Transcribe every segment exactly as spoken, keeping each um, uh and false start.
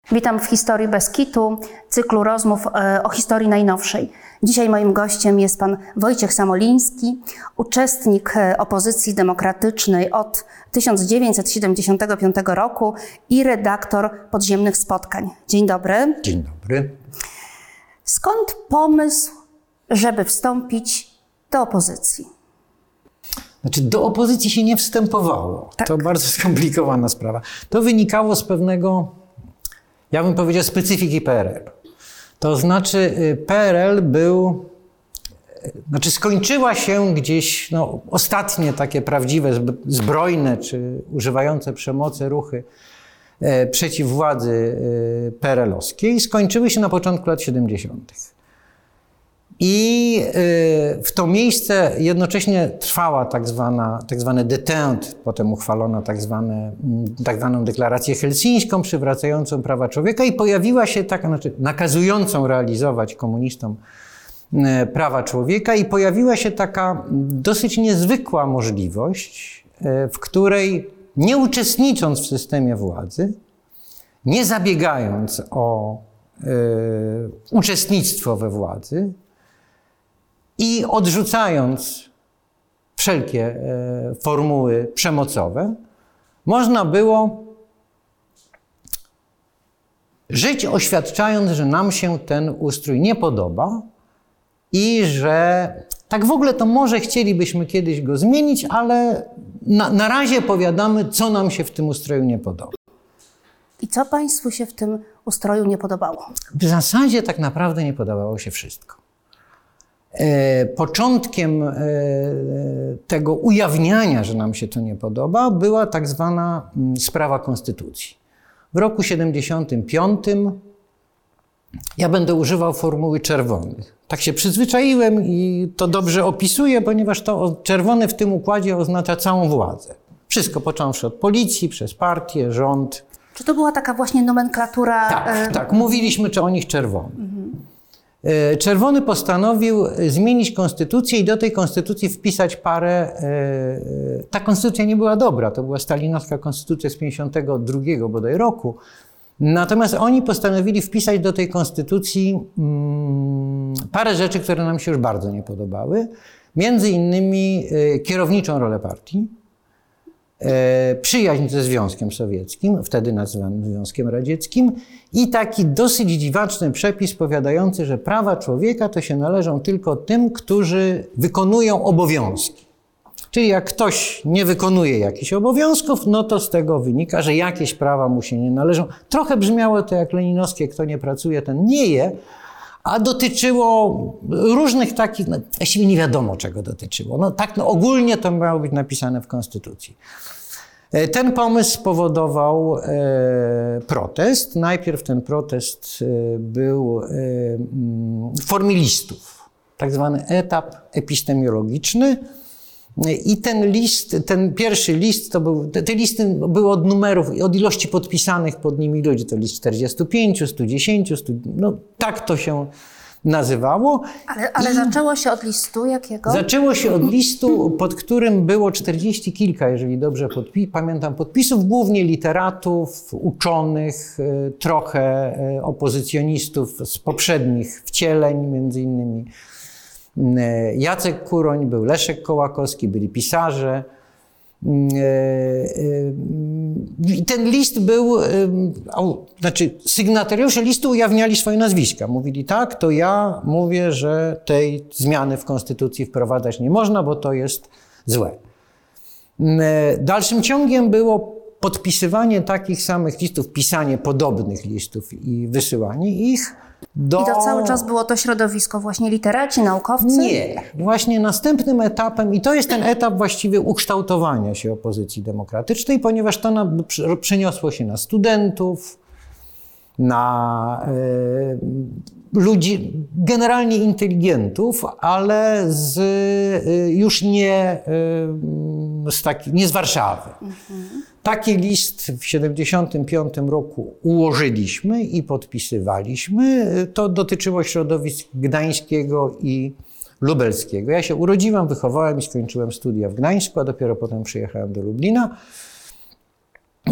Witam w Historii bez kitu, cyklu rozmów o historii najnowszej. Dzisiaj moim gościem jest pan Wojciech Samoliński, uczestnik opozycji demokratycznej od tysiąc dziewięćset siedemdziesiątego piątego roku i redaktor Podziemnych Spotkań. Dzień dobry. Dzień dobry. Skąd pomysł, żeby wstąpić do opozycji? Znaczy, do opozycji się nie wstępowało. Tak. To bardzo skomplikowana sprawa. To wynikało z pewnego, ja bym powiedział, specyfiki P R L. To znaczy P R L był, znaczy skończyła się gdzieś, no, ostatnie takie prawdziwe, zbrojne czy używające przemocy ruchy e, przeciw władzy e, P R L-owskiej skończyły się na początku lat siedemdziesiątych. I w to miejsce jednocześnie trwała tak zwana, tak zwany détente, potem uchwalono tak, zwane, tak zwaną deklarację helsińską przywracającą prawa człowieka i pojawiła się taka, znaczy nakazującą realizować komunistom prawa człowieka i pojawiła się taka dosyć niezwykła możliwość, w której nie uczestnicząc w systemie władzy, nie zabiegając o y, uczestnictwo we władzy, i odrzucając wszelkie e, formuły przemocowe, można było żyć oświadczając, że nam się ten ustrój nie podoba i że tak w ogóle to może chcielibyśmy kiedyś go zmienić, ale na, na razie powiadamy, co nam się w tym ustroju nie podoba. I co państwu się w tym ustroju nie podobało? W zasadzie tak naprawdę nie podobało się wszystko. Początkiem tego ujawniania, że nam się to nie podoba, była tak zwana sprawa konstytucji. W roku siedemdziesiątym piątym ja będę używał formuły czerwonych. Tak się przyzwyczaiłem i to dobrze opisuję, ponieważ to czerwony w tym układzie oznacza całą władzę. Wszystko począwszy od policji, przez partię, rząd. Czy to była taka właśnie nomenklatura? Tak, tak. Mówiliśmy o nich czerwony. Mhm. Czerwony postanowił zmienić konstytucję i do tej konstytucji wpisać parę... Ta konstytucja nie była dobra, to była stalinowska konstytucja z pięćdziesiątego drugiego bodaj roku. Natomiast oni postanowili wpisać do tej konstytucji parę rzeczy, które nam się już bardzo nie podobały. Między innymi kierowniczą rolę partii, przyjaźń ze Związkiem Sowieckim, wtedy nazywanym Związkiem Radzieckim, i taki dosyć dziwaczny przepis powiadający, że prawa człowieka to się należą tylko tym, którzy wykonują obowiązki. Czyli jak ktoś nie wykonuje jakichś obowiązków, no to z tego wynika, że jakieś prawa mu się nie należą. Trochę brzmiało to jak leninowskie, kto nie pracuje, ten nie je, a dotyczyło różnych takich, no, właściwie nie wiadomo czego dotyczyło. No tak, no, ogólnie to miało być napisane w Konstytucji. Ten pomysł spowodował e, protest. Najpierw ten protest e, był e, w formie listów, tak zwany etap epistemiologiczny. I ten list, ten pierwszy list, to był, te, te listy były od numerów i od ilości podpisanych pod nimi ludzi. To list czterdziestu pięciu, stu dziesięciu, stu, no tak to się nazywało. Ale, ale zaczęło się od listu jakiego? Zaczęło się od listu, pod którym było czterdzieści kilka, jeżeli dobrze podpi- pamiętam, podpisów, głównie literatów, uczonych, trochę opozycjonistów z poprzednich wcieleń, między innymi Jacek Kuroń, był Leszek Kołakowski, byli pisarze. I ten list był, znaczy sygnatariusze listu ujawniali swoje nazwiska. Mówili tak, to ja mówię, że tej zmiany w Konstytucji wprowadzać nie można, bo to jest złe. Dalszym ciągiem było podpisywanie takich samych listów, pisanie podobnych listów i wysyłanie ich. Do... I to cały czas było to środowisko, właśnie literaci, naukowcy? Nie. Właśnie następnym etapem, i to jest ten etap właściwie ukształtowania się opozycji demokratycznej, ponieważ to na, przeniosło się na studentów, na y, ludzi generalnie inteligentów, ale z, y, już nie, y, z taki, nie z Warszawy. Mhm. Taki list w siedemdziesiątym piątym roku ułożyliśmy i podpisywaliśmy. To dotyczyło środowisk gdańskiego i lubelskiego. Ja się urodziłam, wychowałem i skończyłem studia w Gdańsku, a dopiero potem przyjechałem do Lublina.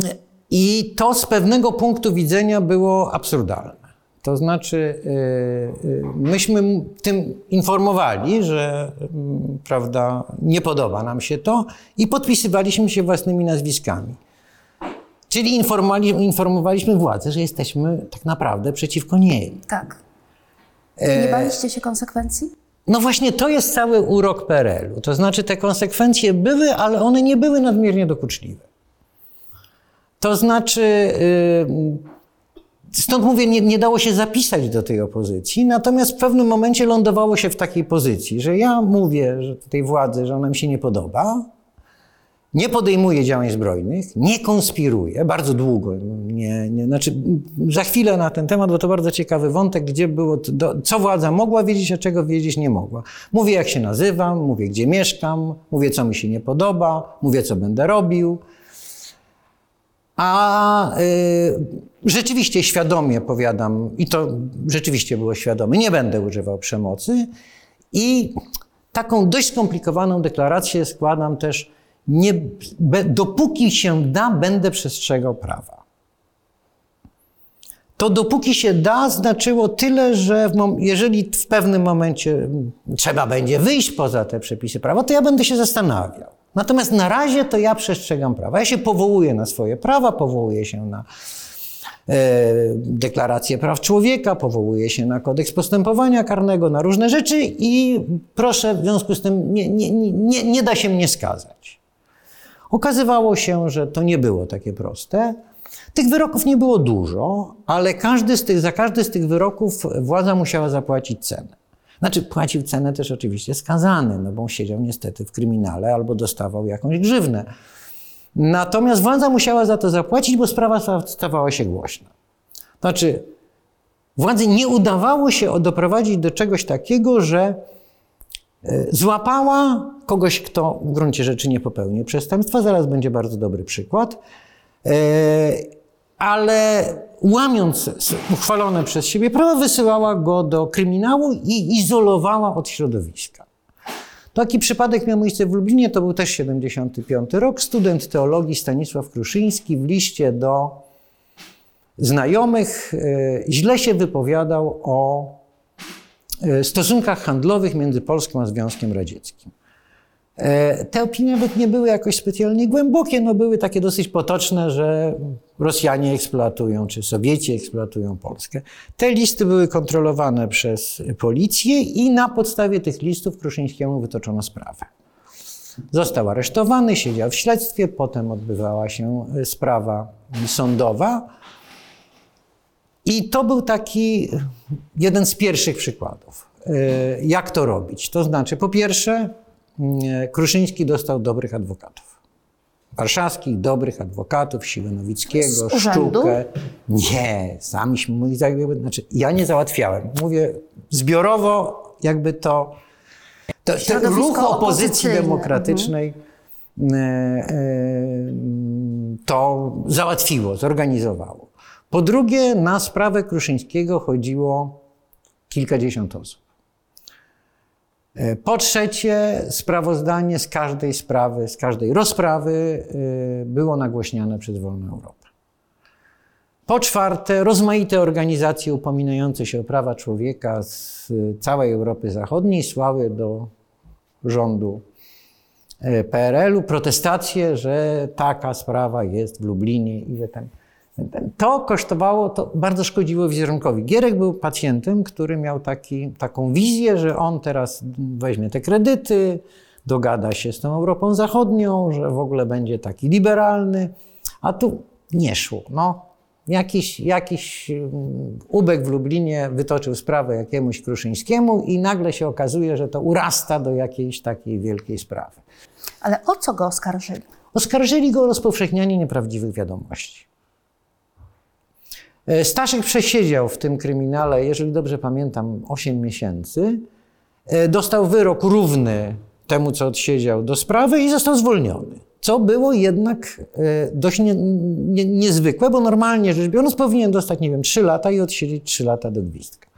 I to z pewnego punktu widzenia było absurdalne. To znaczy, myśmy tym informowali, że prawda, nie podoba nam się to i podpisywaliśmy się własnymi nazwiskami. Czyli informowaliśmy, informowaliśmy władzę, że jesteśmy tak naprawdę przeciwko niej. Tak. Nie baliście się konsekwencji? No właśnie to jest cały urok P R L u. To znaczy te konsekwencje były, ale one nie były nadmiernie dokuczliwe. To znaczy... Yy, Stąd mówię, nie, nie dało się zapisać do tej opozycji, natomiast w pewnym momencie lądowało się w takiej pozycji, że ja mówię że tej władzy, że ona mi się nie podoba, nie podejmuje działań zbrojnych, nie konspiruje, bardzo długo, nie, nie, znaczy za chwilę na ten temat, bo to bardzo ciekawy wątek, gdzie było, do, co władza mogła wiedzieć, a czego wiedzieć nie mogła. Mówię, jak się nazywam, mówię, gdzie mieszkam, mówię, co mi się nie podoba, mówię, co będę robił. A y, rzeczywiście świadomie powiadam, i to rzeczywiście było świadome, nie będę używał przemocy i taką dość skomplikowaną deklarację składam też, nie, be, dopóki się da, będę przestrzegał prawa. To dopóki się da znaczyło tyle, że w mom- jeżeli w pewnym momencie trzeba będzie wyjść poza te przepisy prawa, to ja będę się zastanawiał. Natomiast na razie to ja przestrzegam prawa. Ja się powołuję na swoje prawa, powołuję się na e, deklarację praw człowieka, powołuję się na kodeks postępowania karnego, na różne rzeczy i proszę w związku z tym nie, nie, nie, nie da się mnie skazać. Okazywało się, że to nie było takie proste. Tych wyroków nie było dużo, ale każdy z tych, za każdy z tych wyroków władza musiała zapłacić cenę. Znaczy płacił cenę też oczywiście skazany, no bo on siedział niestety w kryminale albo dostawał jakąś grzywnę. Natomiast władza musiała za to zapłacić, bo sprawa stawała się głośna. Znaczy władzy nie udawało się doprowadzić do czegoś takiego, że złapała kogoś, kto w gruncie rzeczy nie popełnił przestępstwa. Zaraz będzie bardzo dobry przykład. Ale łamiąc uchwalone przez siebie prawo, wysyłała go do kryminału i izolowała od środowiska. Taki przypadek miał miejsce w Lublinie, to był też siedemdziesiąty piąty rok. Student teologii Stanisław Kruszyński w liście do znajomych źle się wypowiadał o stosunkach handlowych między Polską a Związkiem Radzieckim. Te opinie nawet nie były jakoś specjalnie głębokie, no były takie dosyć potoczne, że Rosjanie eksploatują, czy Sowieci eksploatują Polskę. Te listy były kontrolowane przez policję i na podstawie tych listów Kruszyńskiemu wytoczono sprawę. Został aresztowany, siedział w śledztwie, potem odbywała się sprawa sądowa i to był taki jeden z pierwszych przykładów, jak to robić. To znaczy, po pierwsze, Kruszyński dostał dobrych adwokatów. Warszawskich, dobrych adwokatów, Siły-Nowickiego, Szczukę. Nie, samiśmy moi załatwiali. Znaczy, ja nie załatwiałem. Mówię zbiorowo, jakby to, to ten ruch opozycji demokratycznej mhm. to załatwiło, zorganizowało. Po drugie, na sprawę Kruszyńskiego chodziło kilkadziesiąt osób. Po trzecie, sprawozdanie z każdej sprawy, z każdej rozprawy było nagłośniane przez Wolną Europę. Po czwarte, rozmaite organizacje upominające się o prawa człowieka z całej Europy Zachodniej słały do rządu P R L u protestacje, że taka sprawa jest w Lublinie i że tam... To kosztowało, to bardzo szkodziło wizerunkowi. Gierek był pacjentem, który miał taki, taką wizję, że on teraz weźmie te kredyty, dogada się z tą Europą Zachodnią, że w ogóle będzie taki liberalny, a tu nie szło. No, jakiś, jakiś ubek w Lublinie wytoczył sprawę jakiemuś Kruszyńskiemu i nagle się okazuje, że to urasta do jakiejś takiej wielkiej sprawy. Ale o co go oskarżyli? Oskarżyli go o rozpowszechnianie nieprawdziwych wiadomości. Staszek przesiedział w tym kryminale, jeżeli dobrze pamiętam, osiem miesięcy. Dostał wyrok równy temu, co odsiedział do sprawy i został zwolniony. Co było jednak dość nie, nie, niezwykłe, bo normalnie rzecz biorąc powinien dostać, nie wiem, trzy lata i odsiedzieć trzy lata do gwizdka.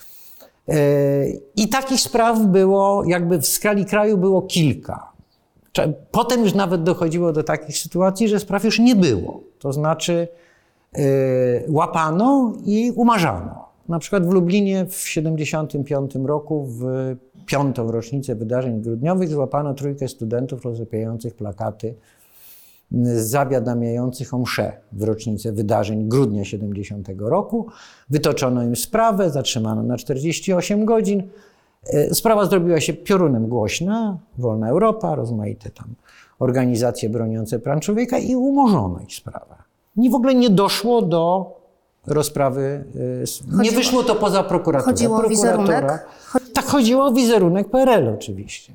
I takich spraw było, jakby w skali kraju było kilka. Potem już nawet dochodziło do takich sytuacji, że spraw już nie było. To znaczy yy, łapano i umarzano. Na przykład w Lublinie w siedemdziesiątym piątym roku, w piątą rocznicę wydarzeń grudniowych, złapano trójkę studentów rozlepiających plakaty zawiadamiających o mszę w rocznicę wydarzeń grudnia siedemdziesiątego roku. Wytoczono im sprawę, zatrzymano na czterdzieści osiem godzin. Sprawa zrobiła się piorunem głośna, Wolna Europa, rozmaite tam organizacje broniące praw człowieka i umorzono ich sprawę. I w ogóle nie doszło do rozprawy, chodziło, nie wyszło to poza prokuraturę. Chodziło o wizerunek? Tak, chodziło o wizerunek P R L oczywiście.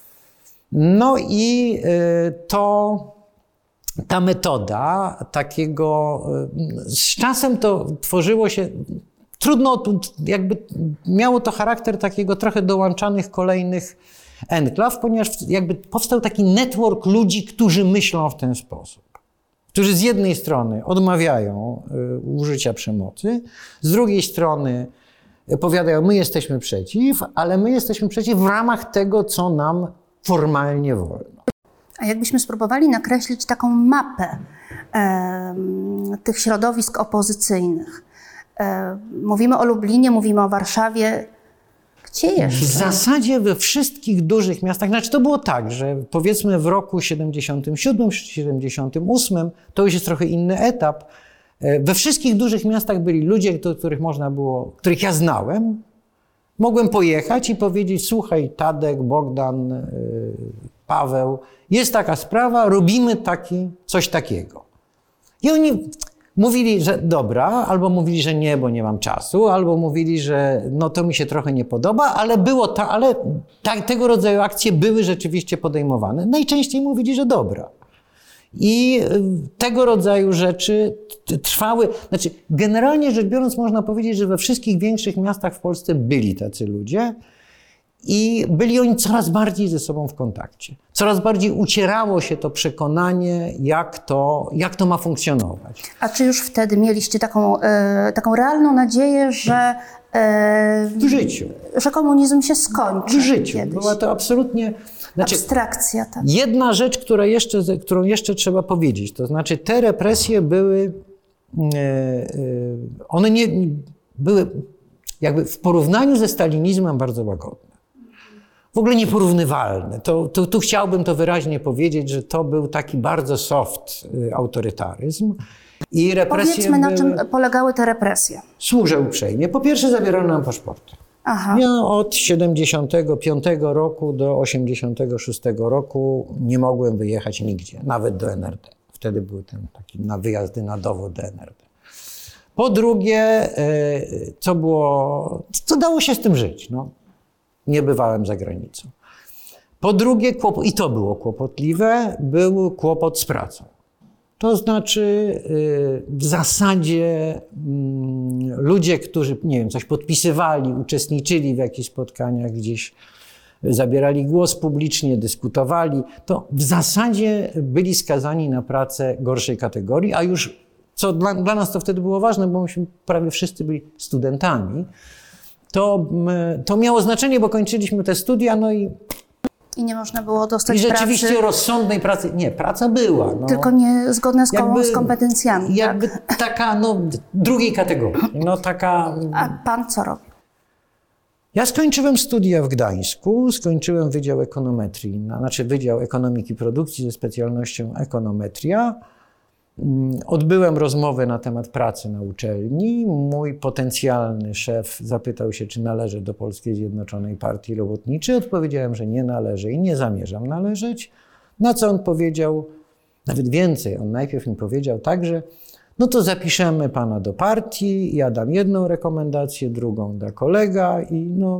No i to ta metoda takiego, z czasem to tworzyło się, trudno, jakby miało to charakter takiego trochę dołączanych kolejnych enklaw, ponieważ jakby powstał taki network ludzi, którzy myślą w ten sposób. Którzy z jednej strony odmawiają użycia przemocy, z drugiej strony powiadają, my jesteśmy przeciw, ale my jesteśmy przeciw w ramach tego, co nam formalnie wolno. A jakbyśmy spróbowali nakreślić taką mapę e, tych środowisk opozycyjnych. E, mówimy o Lublinie, mówimy o Warszawie. Gdzie jeszcze? W zasadzie we wszystkich dużych miastach, znaczy to było tak, że powiedzmy w roku siedemdziesiątym siódmym, siedemdziesiątym ósmym, to już jest trochę inny etap. We wszystkich dużych miastach byli ludzie, do których można było, których ja znałem. Mogłem pojechać i powiedzieć, słuchaj, Tadek, Bogdan, Paweł, jest taka sprawa, robimy taki, coś takiego. I oni mówili, że dobra, albo mówili, że nie, bo nie mam czasu, albo mówili, że no to mi się trochę nie podoba, ale było ta, ale ta, tego rodzaju akcje były rzeczywiście podejmowane. Najczęściej mówili, że dobra. I tego rodzaju rzeczy trwały, znaczy generalnie rzecz biorąc można powiedzieć, że we wszystkich większych miastach w Polsce byli tacy ludzie i byli oni coraz bardziej ze sobą w kontakcie. Coraz bardziej ucierało się to przekonanie, jak to, jak to ma funkcjonować. A czy już wtedy mieliście taką, e, taką realną nadzieję, że, e, w życiu. że komunizm się skończy? W życiu. Kiedyś? Była to absolutnie... Znaczy, abstrakcja, tak. Jedna rzecz, która jeszcze, którą jeszcze trzeba powiedzieć, to znaczy te represje były, one nie były jakby w porównaniu ze stalinizmem bardzo łagodne. W ogóle nieporównywalne. To, to, tu chciałbym to wyraźnie powiedzieć, że to był taki bardzo soft autorytaryzm. I represje Powiedzmy, na były... czym polegały te represje. Służę uprzejmie. Po pierwsze zabierano nam paszporty. Aha. Ja od siedemdziesiątego piątego roku do osiemdziesiątego szóstego roku nie mogłem wyjechać nigdzie, nawet do N R D. Wtedy były ten taki na wyjazdy na dowód do N R D. Po drugie, co było, co dało się z tym żyć, no. Nie bywałem za granicą. Po drugie, kłopot, i to było kłopotliwe, był kłopot z pracą. To znaczy w zasadzie ludzie, którzy, nie wiem, coś podpisywali, uczestniczyli w jakichś spotkaniach gdzieś, zabierali głos publicznie, dyskutowali, to w zasadzie byli skazani na pracę gorszej kategorii, a już, co dla, dla nas to wtedy było ważne, bo myśmy prawie wszyscy byli studentami, to, to miało znaczenie, bo kończyliśmy te studia, no i I nie można było dostać I rzeczywiście pracy. rozsądnej pracy, nie, praca była. No, tylko nie zgodne z, jakby, z kompetencjami. Jakby tak? taka, no, drugiej kategorii. No, taka... A pan co robił? Ja skończyłem studia w Gdańsku, skończyłem Wydział Ekonometrii, znaczy Wydział Ekonomiki Produkcji ze specjalnością ekonometria. Odbyłem rozmowę na temat pracy na uczelni. Mój potencjalny szef zapytał się, czy należę do Polskiej Zjednoczonej Partii Robotniczej. Odpowiedziałem, że nie należę i nie zamierzam należeć. Na co on powiedział, nawet więcej, on najpierw mi powiedział tak, że no to zapiszemy pana do partii, ja dam jedną rekomendację, drugą da kolega i no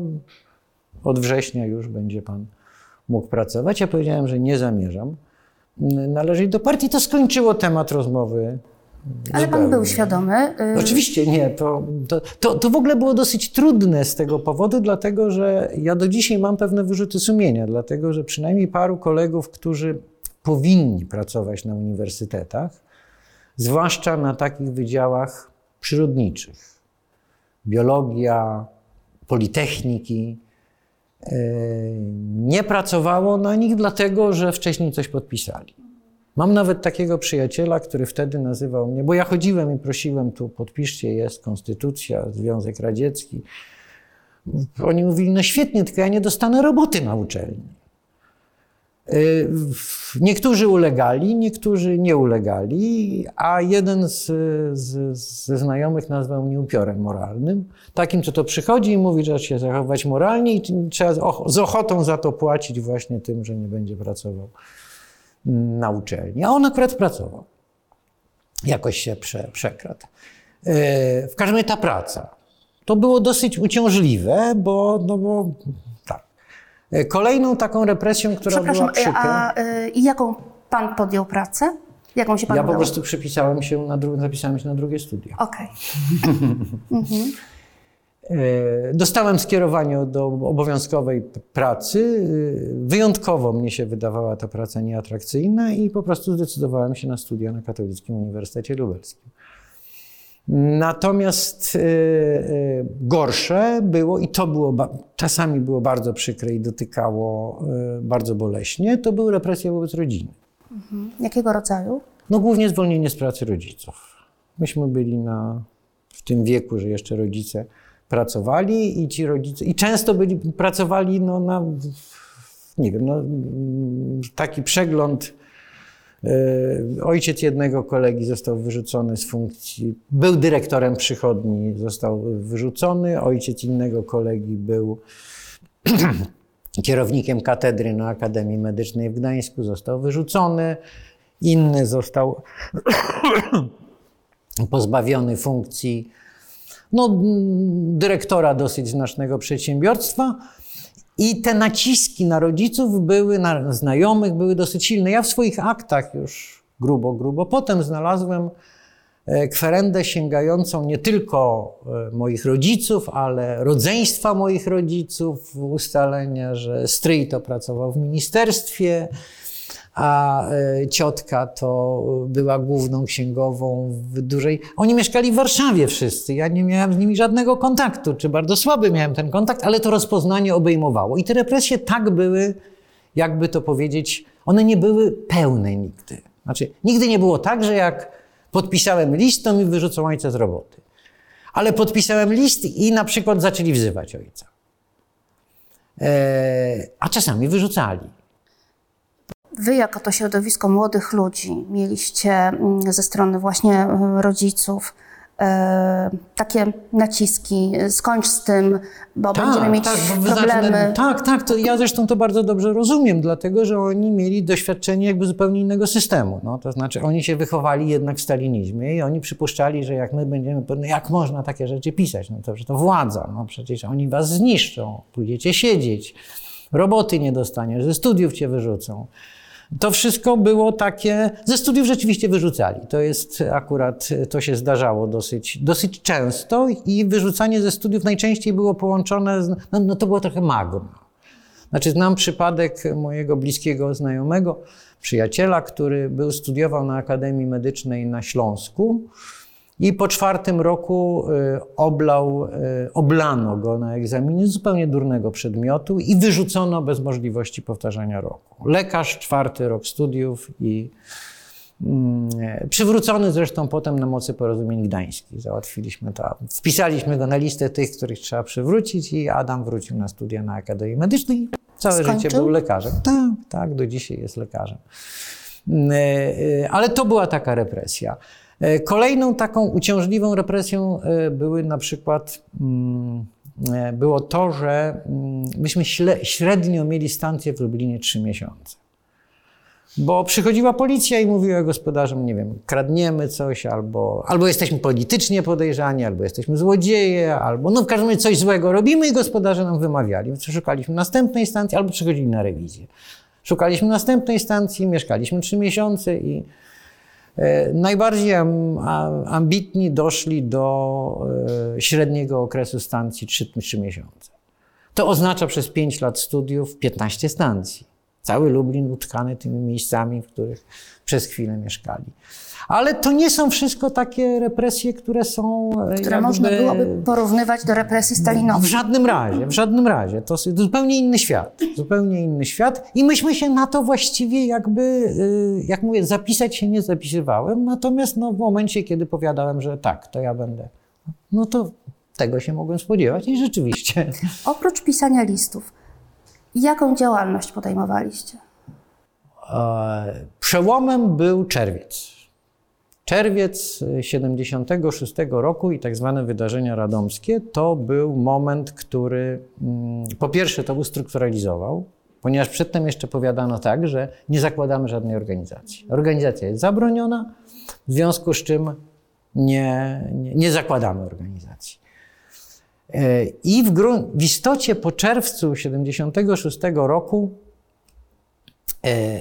od września już będzie pan mógł pracować. Ja powiedziałem, że nie zamierzam należeć do partii, to skończyło temat rozmowy. Ale zupełnie. Pan był świadomy? Yy... Oczywiście nie. To, to, to, to w ogóle było dosyć trudne z tego powodu, dlatego że ja do dzisiaj mam pewne wyrzuty sumienia, dlatego że przynajmniej paru kolegów, którzy powinni pracować na uniwersytetach, zwłaszcza na takich wydziałach przyrodniczych, biologia, politechniki, nie pracowało na nich, dlatego że wcześniej coś podpisali. Mam nawet takiego przyjaciela, który wtedy nazywał mnie, bo ja chodziłem i prosiłem tu, podpiszcie, jest konstytucja, Związek Radziecki. Oni mówili, no świetnie, tylko ja nie dostanę roboty na uczelni. Niektórzy ulegali, niektórzy nie ulegali, a jeden z, z, ze znajomych nazwał mnie upiorem moralnym. Takim, co to przychodzi i mówi, że trzeba się zachować moralnie i trzeba z ochotą za to płacić właśnie tym, że nie będzie pracował na uczelni. A on akurat pracował. Jakoś się prze, przekradł. W każdym razie ta praca. To było dosyć uciążliwe, bo, no bo tak. Kolejną taką represją, która była przykra... a y, i jaką pan podjął pracę? Jaką się pan Ja udało? po prostu przepisałem się na, dru... zapisałem się na drugie studia. Okej. Okay. mhm. Dostałem skierowanie do obowiązkowej pracy. Wyjątkowo mnie się wydawała ta praca nieatrakcyjna i po prostu zdecydowałem się na studia na Katolickim Uniwersytecie Lubelskim. Natomiast y, y, gorsze było, i to było czasami było bardzo przykre i dotykało y, bardzo boleśnie, to były represje wobec rodziny. Mhm. Jakiego rodzaju? No głównie zwolnienie z pracy rodziców. Myśmy byli na, w tym wieku, że jeszcze rodzice pracowali i ci rodzice, i często byli, pracowali no, na, nie wiem, no, taki przegląd. Ojciec jednego kolegi został wyrzucony z funkcji, był dyrektorem przychodni, został wyrzucony. Ojciec innego kolegi był kierownikiem katedry na Akademii Medycznej w Gdańsku, został wyrzucony. Inny został pozbawiony funkcji no, dyrektora dosyć znacznego przedsiębiorstwa. I te naciski na rodziców były, na znajomych były dosyć silne. Ja w swoich aktach już grubo, grubo potem znalazłem kwerendę sięgającą nie tylko moich rodziców, ale rodzeństwa moich rodziców, ustalenia, że stryj to pracował w ministerstwie, a ciotka to była główną księgową w dużej... Oni mieszkali w Warszawie wszyscy, ja nie miałem z nimi żadnego kontaktu, czy bardzo słaby miałem ten kontakt, ale to rozpoznanie obejmowało. I te represje tak były, jakby to powiedzieć, one nie były pełne nigdy. Znaczy, nigdy nie było tak, że jak podpisałem list, to mi wyrzucą ojca z roboty. Ale podpisałem list i na przykład zaczęli wzywać ojca. Eee, a czasami wyrzucali. Wy jako to środowisko młodych ludzi mieliście ze strony właśnie rodziców e, takie naciski, skończ z tym, bo tak, będziemy mieć tak, bo problemy. Zacznę, tak, tak, to ja zresztą to bardzo dobrze rozumiem, dlatego że oni mieli doświadczenie jakby zupełnie innego systemu. No, to znaczy oni się wychowali jednak w stalinizmie i oni przypuszczali, że jak my będziemy, no jak można takie rzeczy pisać, no to że to władza, no przecież oni was zniszczą, pójdziecie siedzieć, roboty nie dostaniesz, ze studiów cię wyrzucą. To wszystko było takie, ze studiów rzeczywiście wyrzucali. To jest akurat, to się zdarzało dosyć, dosyć często i wyrzucanie ze studiów najczęściej było połączone z, no, no to było trochę magma. Znaczy znam przypadek mojego bliskiego znajomego, przyjaciela, który był, studiował na Akademii Medycznej na Śląsku i po czwartym roku y, oblał, y, oblano go na egzaminie z zupełnie durnego przedmiotu i wyrzucono bez możliwości powtarzania roku. Lekarz, czwarty rok studiów i y, przywrócony zresztą potem na mocy porozumień gdańskich. Załatwiliśmy to. Wpisaliśmy go na listę tych, których trzeba przywrócić i Adam wrócił na studia na Akademii Medycznej. Całe Skończył? życie był lekarzem. Tak, tak, do dzisiaj jest lekarzem. Y, y, ale to była taka represja. Kolejną taką uciążliwą represją były na przykład, było to, że myśmy średnio mieli stację w Lublinie trzy miesiące. Bo przychodziła policja i mówiła gospodarzom, nie wiem, kradniemy coś, albo, albo jesteśmy politycznie podejrzani, albo jesteśmy złodzieje, albo no w każdym razie coś złego robimy i gospodarze nam wymawiali. Więc szukaliśmy następnej stacji, albo przychodzili na rewizję. Szukaliśmy następnej stacji, mieszkaliśmy trzy miesiące i najbardziej ambitni doszli do średniego okresu stacji trzy miesiące. To oznacza przez pięć lat studiów piętnaście stacji. Cały Lublin utkany tymi miejscami, w których przez chwilę mieszkali. Ale to nie są wszystko takie represje, które są... Które jakby, można byłoby porównywać do represji stalinowskich. W żadnym razie, w żadnym razie. To jest zupełnie inny świat. Zupełnie inny świat. I myśmy się na to właściwie jakby, jak mówię, zapisać się nie zapisywałem. Natomiast no, w momencie, kiedy powiadałem, że tak, to ja będę, no to tego się mogłem spodziewać i rzeczywiście. Oprócz pisania listów, jaką działalność podejmowaliście? Przełomem był czerwiec. Czerwiec siedemdziesiątego szóstego roku i tak zwane wydarzenia radomskie to był moment, który po pierwsze to ustrukturalizował, ponieważ przedtem jeszcze powiadano tak, że nie zakładamy żadnej organizacji. Organizacja jest zabroniona, w związku z czym nie, nie, nie zakładamy organizacji. I w, grun- w istocie po czerwcu siedemdziesiątego szóstego roku e,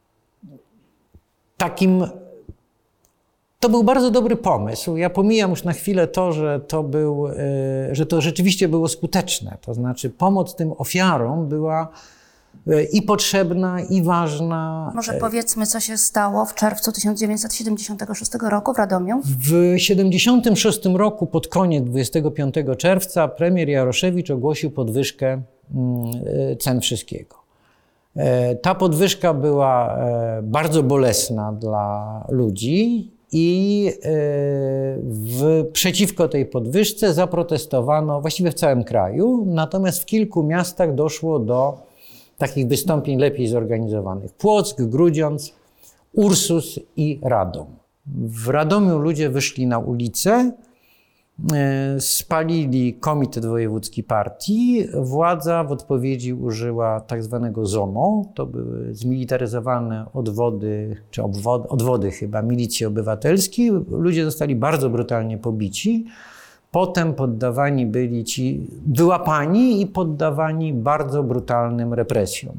takim to był bardzo dobry pomysł. Ja pomijam już na chwilę to, że to, był, e, że to rzeczywiście było skuteczne. To znaczy pomoc tym ofiarom była e, i potrzebna, i ważna. Może powiedzmy, co się stało w czerwcu tysiąc dziewięćset siedemdziesiątego szóstego roku w Radomiu? W siedemdziesiątym szóstym roku, pod koniec dwudziestego piątego czerwca, premier Jaroszewicz ogłosił podwyżkę cen wszystkiego. Ta podwyżka była bardzo bolesna dla ludzi i w, przeciwko tej podwyżce zaprotestowano właściwie w całym kraju, natomiast w kilku miastach doszło do takich wystąpień lepiej zorganizowanych. Płock, Grudziądz, Ursus i Radom. W Radomiu ludzie wyszli na ulicę, spalili komitet wojewódzki partii. Władza w odpowiedzi użyła tak zwanego ZOMO. To były zmilitaryzowane odwody, czy obwody, odwody chyba, milicji obywatelskiej. Ludzie zostali bardzo brutalnie pobici. Potem poddawani byli ci, wyłapani i poddawani bardzo brutalnym represjom.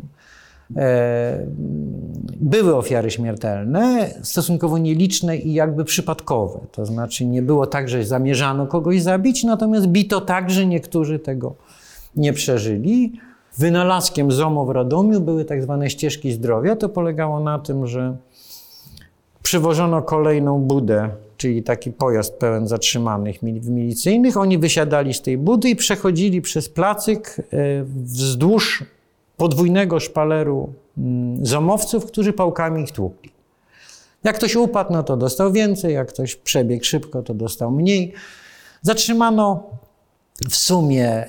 Były ofiary śmiertelne, stosunkowo nieliczne i jakby przypadkowe. To znaczy nie było tak, że zamierzano kogoś zabić, natomiast bito tak, że niektórzy tego nie przeżyli. Wynalazkiem ZOMO w Radomiu były tak zwane ścieżki zdrowia. To polegało na tym, że przywożono kolejną budę, czyli taki pojazd pełen zatrzymanych milicyjnych. Oni wysiadali z tej budy i przechodzili przez placyk wzdłuż podwójnego szpaleru zomowców, którzy pałkami ich tłukli. Jak ktoś upadł, no to dostał więcej, jak ktoś przebiegł szybko, to dostał mniej. Zatrzymano w sumie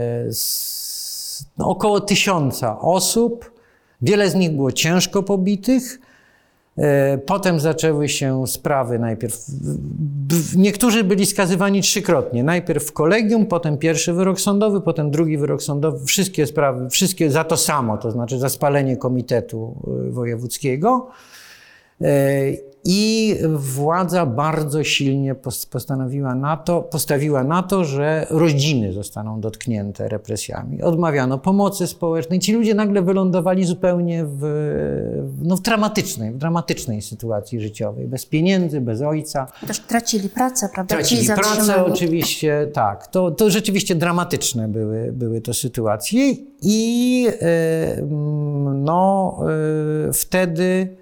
no, około tysiąca osób. Wiele z nich było ciężko pobitych. Potem zaczęły się sprawy najpierw, niektórzy byli skazywani trzykrotnie, najpierw w kolegium, potem pierwszy wyrok sądowy, potem drugi wyrok sądowy, wszystkie sprawy, wszystkie za to samo, to znaczy za spalenie komitetu wojewódzkiego. I władza bardzo silnie postanowiła na to, postawiła na to, że rodziny zostaną dotknięte represjami. Odmawiano pomocy społecznej. Ci ludzie nagle wylądowali zupełnie w, no, w dramatycznej, w dramatycznej sytuacji życiowej. Bez pieniędzy, bez ojca. Też tracili pracę, prawda? Tracili pracę oczywiście, tak. To, to rzeczywiście dramatyczne były, były to sytuacje. I no, wtedy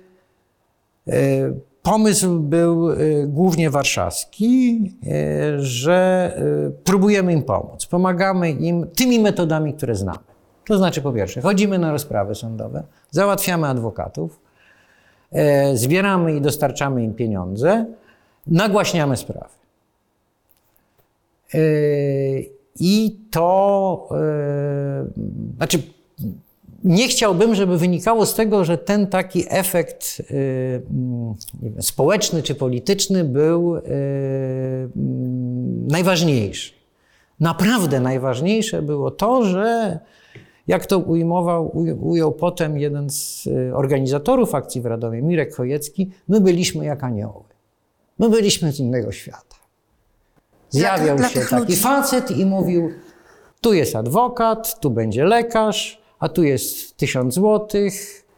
pomysł był głównie warszawski, że próbujemy im pomóc. Pomagamy im tymi metodami, które znamy. To znaczy, po pierwsze, chodzimy na rozprawy sądowe, załatwiamy adwokatów, zbieramy i dostarczamy im pieniądze, nagłaśniamy sprawy. I to, znaczy, nie chciałbym, żeby wynikało z tego, że ten taki efekt y, y, społeczny czy polityczny był y, y, najważniejszy. Naprawdę najważniejsze było to, że jak to ujmował, uj, ujął potem jeden z organizatorów akcji w Radomiu, Mirek Chojecki, my byliśmy jak anioły. My byliśmy z innego świata. Zjawiał dla, się dla taki ludzi. facet i mówił, tu jest adwokat, tu będzie lekarz, a tu jest tysiąc złotych,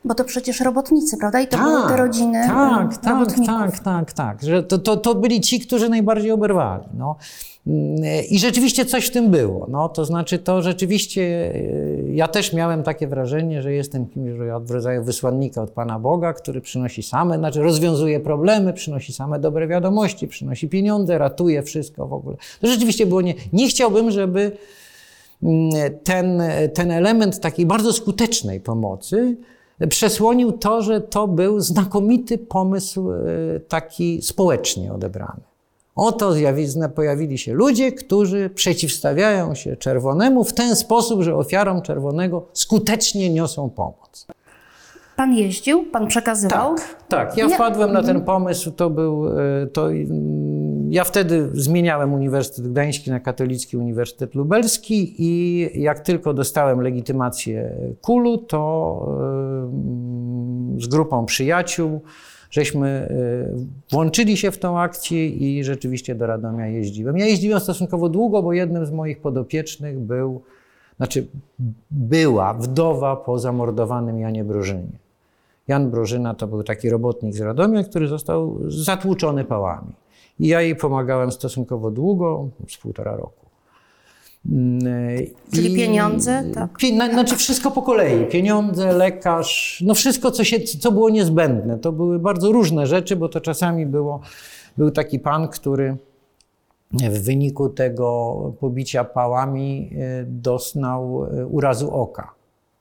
Bo to przecież robotnicy, prawda? I to tak, były te rodziny tak, tak, robotników. tak, tak, tak, że to, to, to byli ci, którzy najbardziej oberwali. No. I rzeczywiście coś w tym było. No, to znaczy to rzeczywiście, ja też miałem takie wrażenie, że jestem kimś od rodzaju wysłannika od Pana Boga, który przynosi same, znaczy rozwiązuje problemy, przynosi same dobre wiadomości, przynosi pieniądze, ratuje wszystko w ogóle. To rzeczywiście było nie... Nie chciałbym, żeby ten, ten element takiej bardzo skutecznej pomocy przesłonił to, że to był znakomity pomysł taki społecznie odebrany. Oto zjawizna pojawili się ludzie, którzy przeciwstawiają się czerwonemu w ten sposób, że ofiarom czerwonego skutecznie niosą pomoc. Pan jeździł, pan przekazywał? Tak, tak. Ja wpadłem na ten pomysł, to był, to, ja wtedy zmieniałem Uniwersytet Gdański na Katolicki Uniwersytet Lubelski i jak tylko dostałem legitymację KUL-u, to z grupą przyjaciół żeśmy włączyli się w tą akcję i rzeczywiście do Radomia jeździłem. Ja jeździłem stosunkowo długo, bo jednym z moich podopiecznych był, znaczy była wdowa po zamordowanym Janie Brożynie. Jan Brożyna to był taki robotnik z Radomia, który został zatłuczony pałami. I ja jej pomagałem stosunkowo długo, z półtora roku. Czyli I, pieniądze? Tak. Pie, na, znaczy wszystko po kolei. Pieniądze, lekarz, no wszystko, co, się, co było niezbędne. To były bardzo różne rzeczy, bo to czasami było, był taki pan, który w wyniku tego pobicia pałami doznał urazu oka.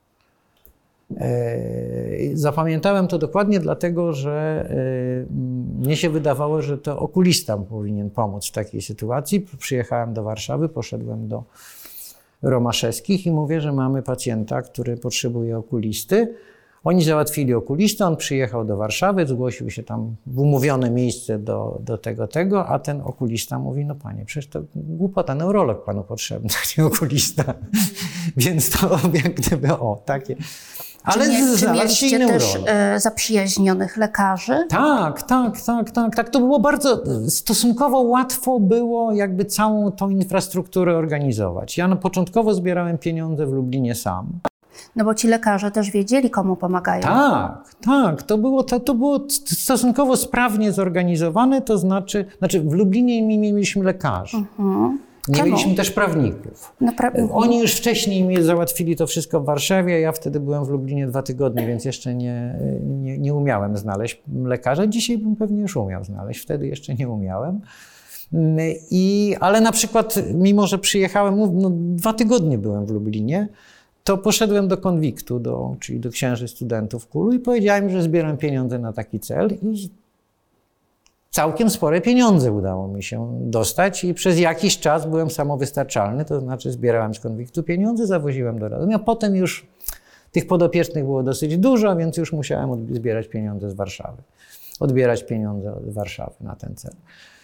Zapamiętałem to dokładnie dlatego, że mnie się wydawało, że to okulista powinien pomóc w takiej sytuacji. Przyjechałem do Warszawy, poszedłem do Romaszewskich i mówię, że mamy pacjenta, który potrzebuje okulisty. Oni załatwili okulistę, on przyjechał do Warszawy, zgłosił się tam w umówione miejsce do, do tego, tego, a ten okulista mówi, no panie, przecież to głupota, neurolog panu potrzebny, nie okulista. Więc to jak gdyby, o, takie... Ale czy, nie, czy znalazł się mieliście inny też e, zaprzyjaźnionych lekarzy? Tak, tak, tak, tak, tak. To było bardzo, stosunkowo łatwo było jakby całą tą infrastrukturę organizować. Ja no, początkowo zbierałem pieniądze w Lublinie sam. No bo ci lekarze też wiedzieli, komu pomagają. Tak, tak. To było, to, to było stosunkowo sprawnie zorganizowane, to znaczy, znaczy w Lublinie nie mieliśmy lekarzy. Mhm. Nie Czemu? mieliśmy też prawników. Napra- Oni już wcześniej mi załatwili to wszystko w Warszawie, ja wtedy byłem w Lublinie dwa tygodnie, więc jeszcze nie, nie, nie umiałem znaleźć lekarza. Dzisiaj bym pewnie już umiał znaleźć, wtedy jeszcze nie umiałem. I, ale na przykład, mimo że przyjechałem, no, dwa tygodnie byłem w Lublinie, to poszedłem do konwiktu, do, czyli do księży studentów KUL-u i powiedziałem, że zbieram pieniądze na taki cel i całkiem spore pieniądze udało mi się dostać i przez jakiś czas byłem samowystarczalny, to znaczy zbierałem z konwiktu pieniądze, zawoziłem do Radomia. Potem już tych podopiecznych było dosyć dużo, więc już musiałem zbierać pieniądze z Warszawy, odbierać pieniądze od Warszawy na ten cel.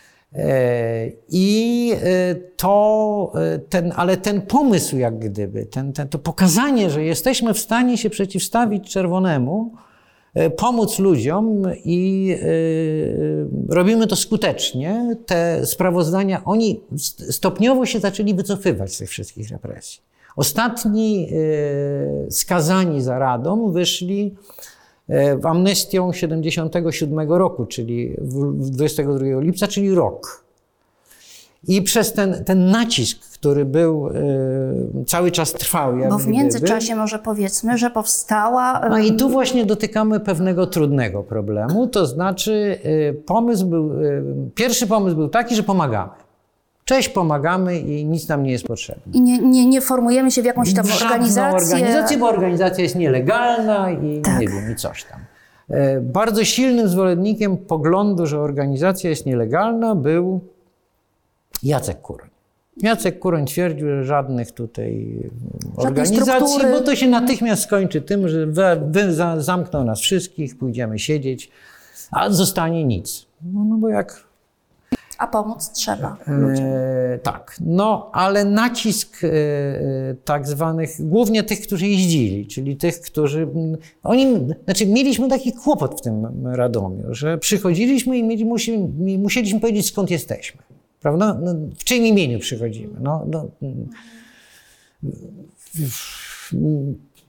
I to, ten, ale ten pomysł jak gdyby, ten, ten, to pokazanie, że jesteśmy w stanie się przeciwstawić czerwonemu, pomóc ludziom i y, robimy to skutecznie. Te sprawozdania, oni stopniowo się zaczęli wycofywać z tych wszystkich represji. Ostatni y, skazani za Radom wyszli w amnestią siedemdziesiątego siódmego roku, czyli dwudziestego drugiego lipca, czyli rok. I przez ten, ten nacisk, który był y, cały czas trwał. Jak Bo w gdyby, międzyczasie może powiedzmy, że powstała... No i tu właśnie dotykamy pewnego trudnego problemu, to znaczy y, pomysł był, y, pierwszy pomysł był taki, że pomagamy. Cześć, pomagamy i nic nam nie jest potrzebne. I nie, nie, nie formujemy się w jakąś tam Żadną organizację. organizację, bo organizacja jest nielegalna i Tak. nie wiem, i coś tam. Y, bardzo silnym zwolennikiem poglądu, że organizacja jest nielegalna, był Jacek Kuroń. Jacek Kuroń twierdził, że żadnych tutaj organizacji, struktury. bo to się natychmiast skończy tym, że wy, wy za, zamkną nas wszystkich, pójdziemy siedzieć, a zostanie nic. No, no bo jak... A pomóc trzeba. E, tak, no ale nacisk e, tak zwanych, głównie tych, którzy jeździli, czyli tych, którzy... Oni, znaczy mieliśmy taki kłopot w tym Radomiu, że przychodziliśmy i mieli, musimy, musieliśmy powiedzieć, skąd jesteśmy. Prawda? No, w czyim imieniu przychodzimy? No, no,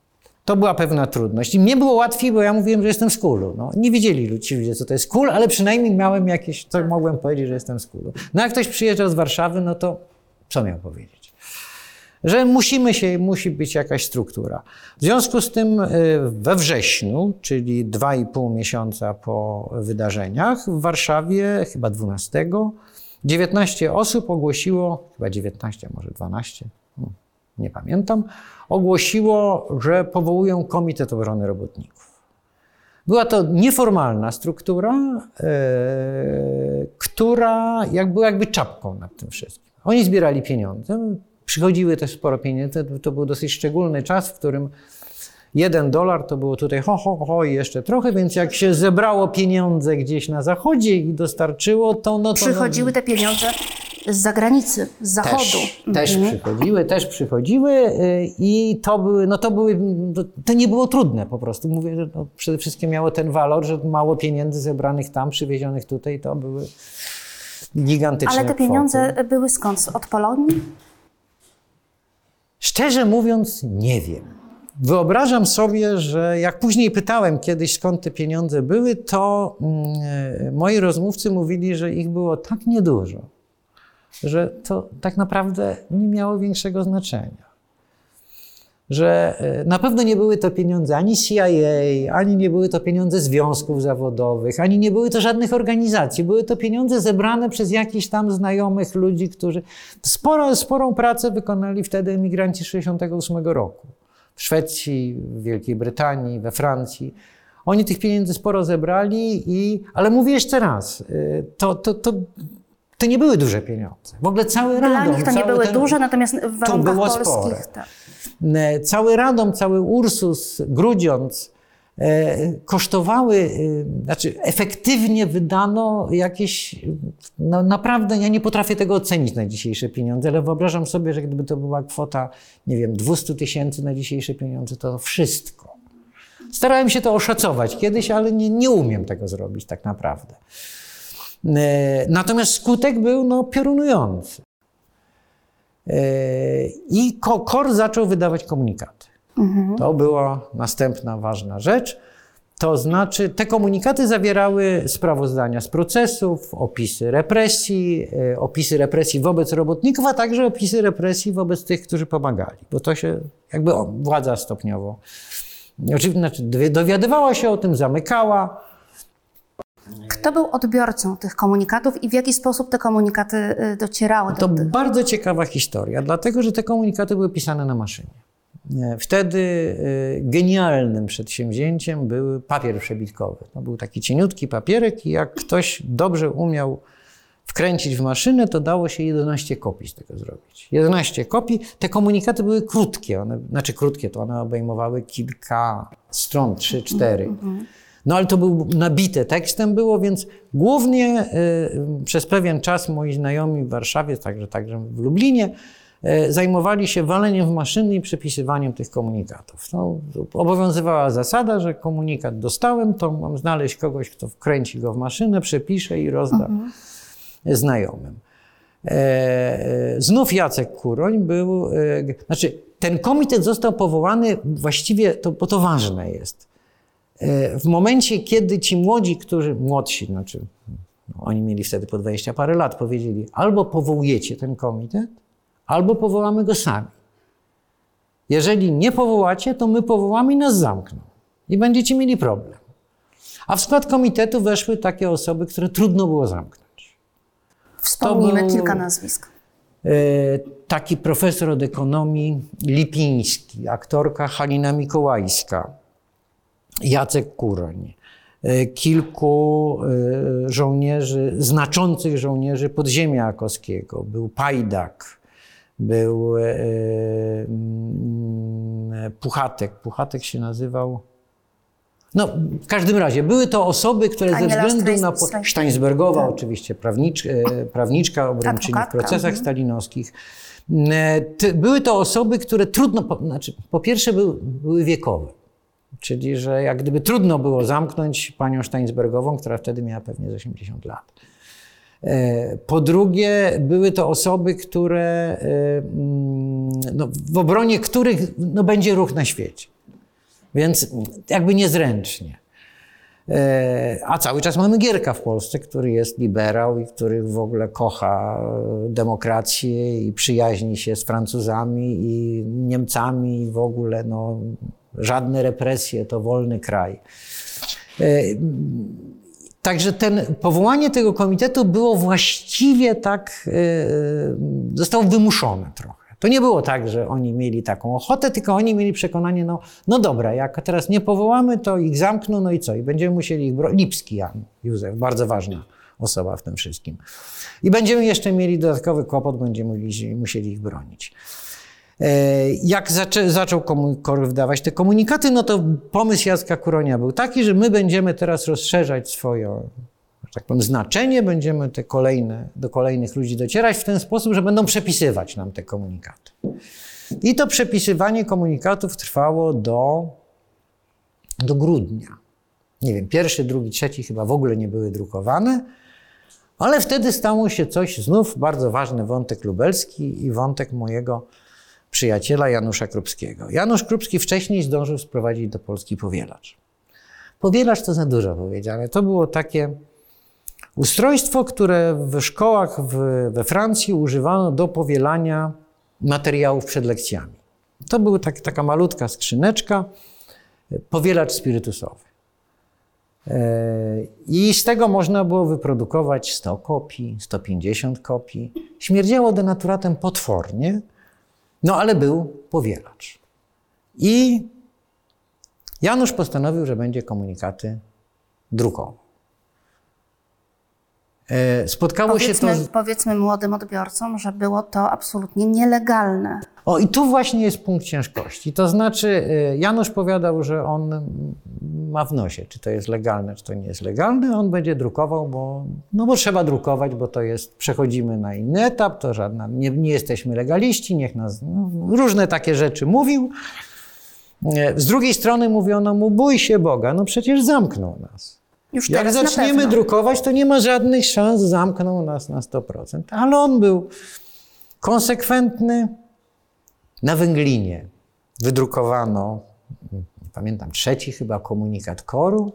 To była pewna trudność. I mnie było łatwiej, bo ja mówiłem, że jestem z kulu. No, nie wiedzieli ci ludzie, co to jest kul, ale przynajmniej miałem jakieś, co mogłem powiedzieć, że jestem z kulu. No jak ktoś przyjeżdżał z Warszawy, no to co miał powiedzieć? Że musimy się, musi być jakaś struktura. W związku z tym we wrześniu, czyli dwa i pół miesiąca po wydarzeniach, w Warszawie, chyba dwunastego, dziewiętnaście osób ogłosiło, chyba dziewiętnaście, może dwanaście, nie pamiętam, ogłosiło, że powołują Komitet Obrony Robotników. Była to nieformalna struktura, e, która jak była jakby czapką nad tym wszystkim. Oni zbierali pieniądze, przychodziły też sporo pieniędzy, to, to był dosyć szczególny czas, w którym jeden dolar to było tutaj ho, ho, ho i jeszcze trochę, więc jak się zebrało pieniądze gdzieś na zachodzie i dostarczyło, to no to... Przychodziły te pieniądze z zagranicy, z zachodu. Też, też mhm. przychodziły, też przychodziły i to były, no to były, to nie było trudne po prostu. Mówię, że to przede wszystkim miało ten walor, że mało pieniędzy zebranych tam, przywiezionych tutaj, to były gigantyczne Ale te kwoty. pieniądze były skąd? Od Polonii? Szczerze mówiąc, nie wiem. Wyobrażam sobie, że jak później pytałem kiedyś, skąd te pieniądze były, to mm, moi rozmówcy mówili, że ich było tak niedużo, że to tak naprawdę nie miało większego znaczenia. Że na pewno nie były to pieniądze ani C I A, ani nie były to pieniądze związków zawodowych, ani nie były to żadnych organizacji. Były to pieniądze zebrane przez jakichś tam znajomych ludzi, którzy sporo, sporą pracę wykonali wtedy emigranci z sześćdziesiątego ósmego roku. W Szwecji, w Wielkiej Brytanii, we Francji. Oni tych pieniędzy sporo zebrali, i, ale mówię jeszcze raz, to, to, to, to nie były duże pieniądze. W ogóle cały Radom... Dla nich to nie były ten, duże, natomiast w warunkach było polskich... spore. Tak. Cały Radom, cały Ursus, Grudziądz e, kosztowały, e, znaczy efektywnie wydano jakieś, no naprawdę ja nie potrafię tego ocenić na dzisiejsze pieniądze, ale wyobrażam sobie, że gdyby to była kwota, nie wiem, dwieście tysięcy na dzisiejsze pieniądze, to wszystko. Starałem się to oszacować kiedyś, ale nie, nie umiem tego zrobić tak naprawdę. E, natomiast skutek był no, piorunujący. I K O R zaczął wydawać komunikaty. Mhm. To była następna ważna rzecz. To znaczy, te komunikaty zawierały sprawozdania z procesów, opisy represji, opisy represji wobec robotników, a także opisy represji wobec tych, którzy pomagali. Bo to się jakby o, władza stopniowo znaczy, dowiadywała się o tym, zamykała. Kto był odbiorcą tych komunikatów i w jaki sposób te komunikaty docierały to do tych? To bardzo ciekawa historia, dlatego że te komunikaty były pisane na maszynie. Wtedy genialnym przedsięwzięciem był papier przebitkowy. To był taki cieniutki papierek i jak ktoś dobrze umiał wkręcić w maszynę, to dało się jedenaście kopii z tego zrobić. jedenaście kopii. Te komunikaty były krótkie, one, znaczy krótkie, to one obejmowały kilka stron, trzy, cztery. Mm-hmm. No ale to był nabite tekstem było, więc głównie y, przez pewien czas moi znajomi w Warszawie, także, także w Lublinie, y, zajmowali się waleniem w maszyny i przepisywaniem tych komunikatów. No, obowiązywała zasada, że komunikat dostałem, to mam znaleźć kogoś, kto wkręci go w maszynę, przepisze i rozda mhm. znajomym. E, znów Jacek Kuroń był, e, znaczy ten komitet został powołany właściwie, to, bo to ważne jest, w momencie, kiedy ci młodzi, którzy, młodsi, znaczy no, oni mieli wtedy po dwadzieścia parę lat, powiedzieli albo powołujecie ten komitet, albo powołamy go sami. Jeżeli nie powołacie, to my powołamy i nas zamkną. I będziecie mieli problem. A w skład komitetu weszły takie osoby, które trudno było zamknąć. Wspomnijmy był, kilka nazwisk. E, taki profesor od ekonomii Lipiński, aktorka Halina Mikołajska, Jacek Kuroń, kilku żołnierzy, znaczących żołnierzy podziemia akowskiego. Był Pajdak, był Puchatek. Puchatek się nazywał... No, w każdym razie, były to osoby, które ze względu na... Steinsbergowa oczywiście, prawnicz, prawniczka, obręczyni w procesach stalinowskich. Były to osoby, które trudno... Znaczy, po pierwsze były, były wiekowe. Czyli, że jak gdyby trudno było zamknąć panią Steinsbergową, która wtedy miała pewnie z osiemdziesiąt lat. Po drugie, były to osoby, które, no, w obronie których no, będzie ruch na świecie. Więc jakby niezręcznie. A cały czas mamy Gierka w Polsce, który jest liberał i który w ogóle kocha demokrację i przyjaźni się z Francuzami i Niemcami i w ogóle no, żadne represje, to wolny kraj. Także ten, powołanie tego komitetu było właściwie tak, zostało wymuszone trochę. To nie było tak, że oni mieli taką ochotę, tylko oni mieli przekonanie, no, no dobra, jak teraz nie powołamy, to ich zamkną, no i co? I będziemy musieli ich bronić. Lipski Jan Józef, bardzo ważna osoba w tym wszystkim. I będziemy jeszcze mieli dodatkowy kłopot, będziemy musieli ich bronić. Jak zaczę, zaczął wydawać te komunikaty, no to pomysł Jacka Kuronia był taki, że my będziemy teraz rozszerzać swoje, że tak powiem, znaczenie, będziemy te kolejne, do kolejnych ludzi docierać w ten sposób, że będą przepisywać nam te komunikaty. I to przepisywanie komunikatów trwało do, do grudnia. Nie wiem, pierwszy, drugi, trzeci chyba w ogóle nie były drukowane, ale wtedy stało się coś, znów bardzo ważny wątek lubelski i wątek mojego przyjaciela Janusza Krupskiego. Janusz Krupski wcześniej zdążył sprowadzić do Polski powielacz. Powielacz to za dużo powiedziane. To było takie ustrojstwo, które w szkołach w, we Francji używano do powielania materiałów przed lekcjami. To była tak, taka malutka skrzyneczka, powielacz spirytusowy. I z tego można było wyprodukować sto kopii, sto pięćdziesiąt kopii. Śmierdziało denaturatem potwornie, no ale był powielacz. I Janusz postanowił, że będzie komunikaty drukował. Spotkało powiedzmy, się to... Powiedzmy młodym odbiorcom, że było to absolutnie nielegalne. O, i tu właśnie jest punkt ciężkości. To znaczy, Janusz powiadał, że on ma w nosie, czy to jest legalne, czy to nie jest legalne. On będzie drukował, bo, no bo trzeba drukować, bo to jest, przechodzimy na inny etap, to żadna, nie, nie jesteśmy legaliści, niech nas, no, różne takie rzeczy mówił. Z drugiej strony mówiono mu, bój się Boga, no przecież zamknął nas. Już Jak zaczniemy drukować, to nie ma żadnych szans, zamknął nas na sto procent. Ale on był konsekwentny. Na Węglinie wydrukowano, pamiętam, trzeci chyba komunikat KOR-u.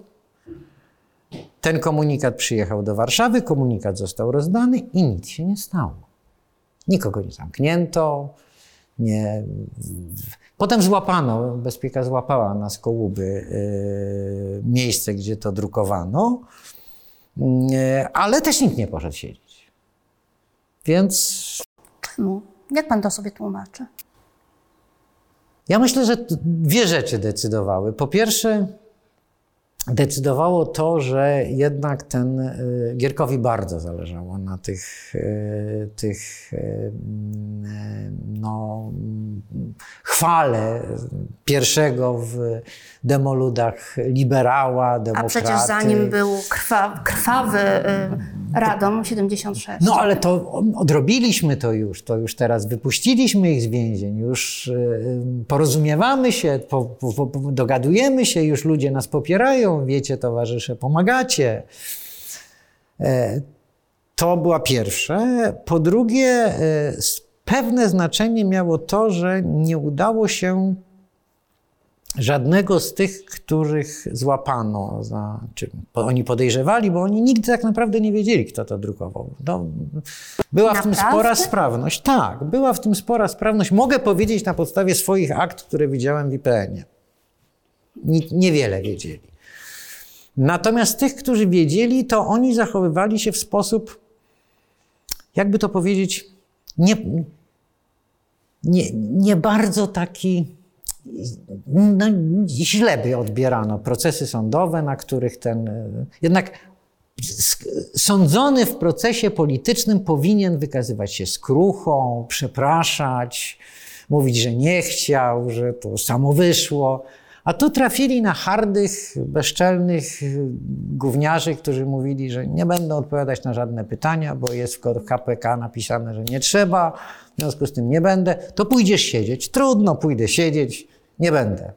Ten komunikat przyjechał do Warszawy, komunikat został rozdany i nic się nie stało. Nikogo nie zamknięto. Nie... Potem złapano, Bezpieka złapała na Skołuby yy, miejsce, gdzie to drukowano, yy, ale też nikt nie poszedł siedzieć. Więc... Czemu? Jak pan to sobie tłumaczy? Ja myślę, że dwie rzeczy decydowały. Po pierwsze, decydowało to, że jednak ten y, Gierkowi bardzo zależało na tych, y, tych y, no, chwale pierwszego w demoludach liberała, demokraty. A przecież za nim był krwa, krwawy y, Radom siedemdziesiąt sześć. No ale to odrobiliśmy to już, to już teraz wypuściliśmy ich z więzień, już y, porozumiewamy się, po, po, po, dogadujemy się, już ludzie nas popierają, wiecie, towarzysze, pomagacie. E, to była pierwsze. Po drugie, e, pewne znaczenie miało to, że nie udało się żadnego z tych, których złapano, za, czy oni podejrzewali, bo oni nigdy tak naprawdę nie wiedzieli, kto to drukował. No, była naprawdę? w tym spora sprawność. Tak, była w tym spora sprawność. Mogę powiedzieć na podstawie swoich akt, które widziałem w I P N-ie. Niewiele wiedzieli. Natomiast tych, którzy wiedzieli, to oni zachowywali się w sposób, jakby to powiedzieć, nie, nie, nie bardzo taki, no, źle by odbierano procesy sądowe, na których ten, jednak sądzony w procesie politycznym powinien wykazywać się skruchą, przepraszać, mówić, że nie chciał, że to samo wyszło. A tu trafili na hardych, bezczelnych gówniarzy, którzy mówili, że nie będą odpowiadać na żadne pytania, bo jest w K P K napisane, że nie trzeba, w związku z tym nie będę. To pójdziesz siedzieć. Trudno, pójdę siedzieć, nie będę.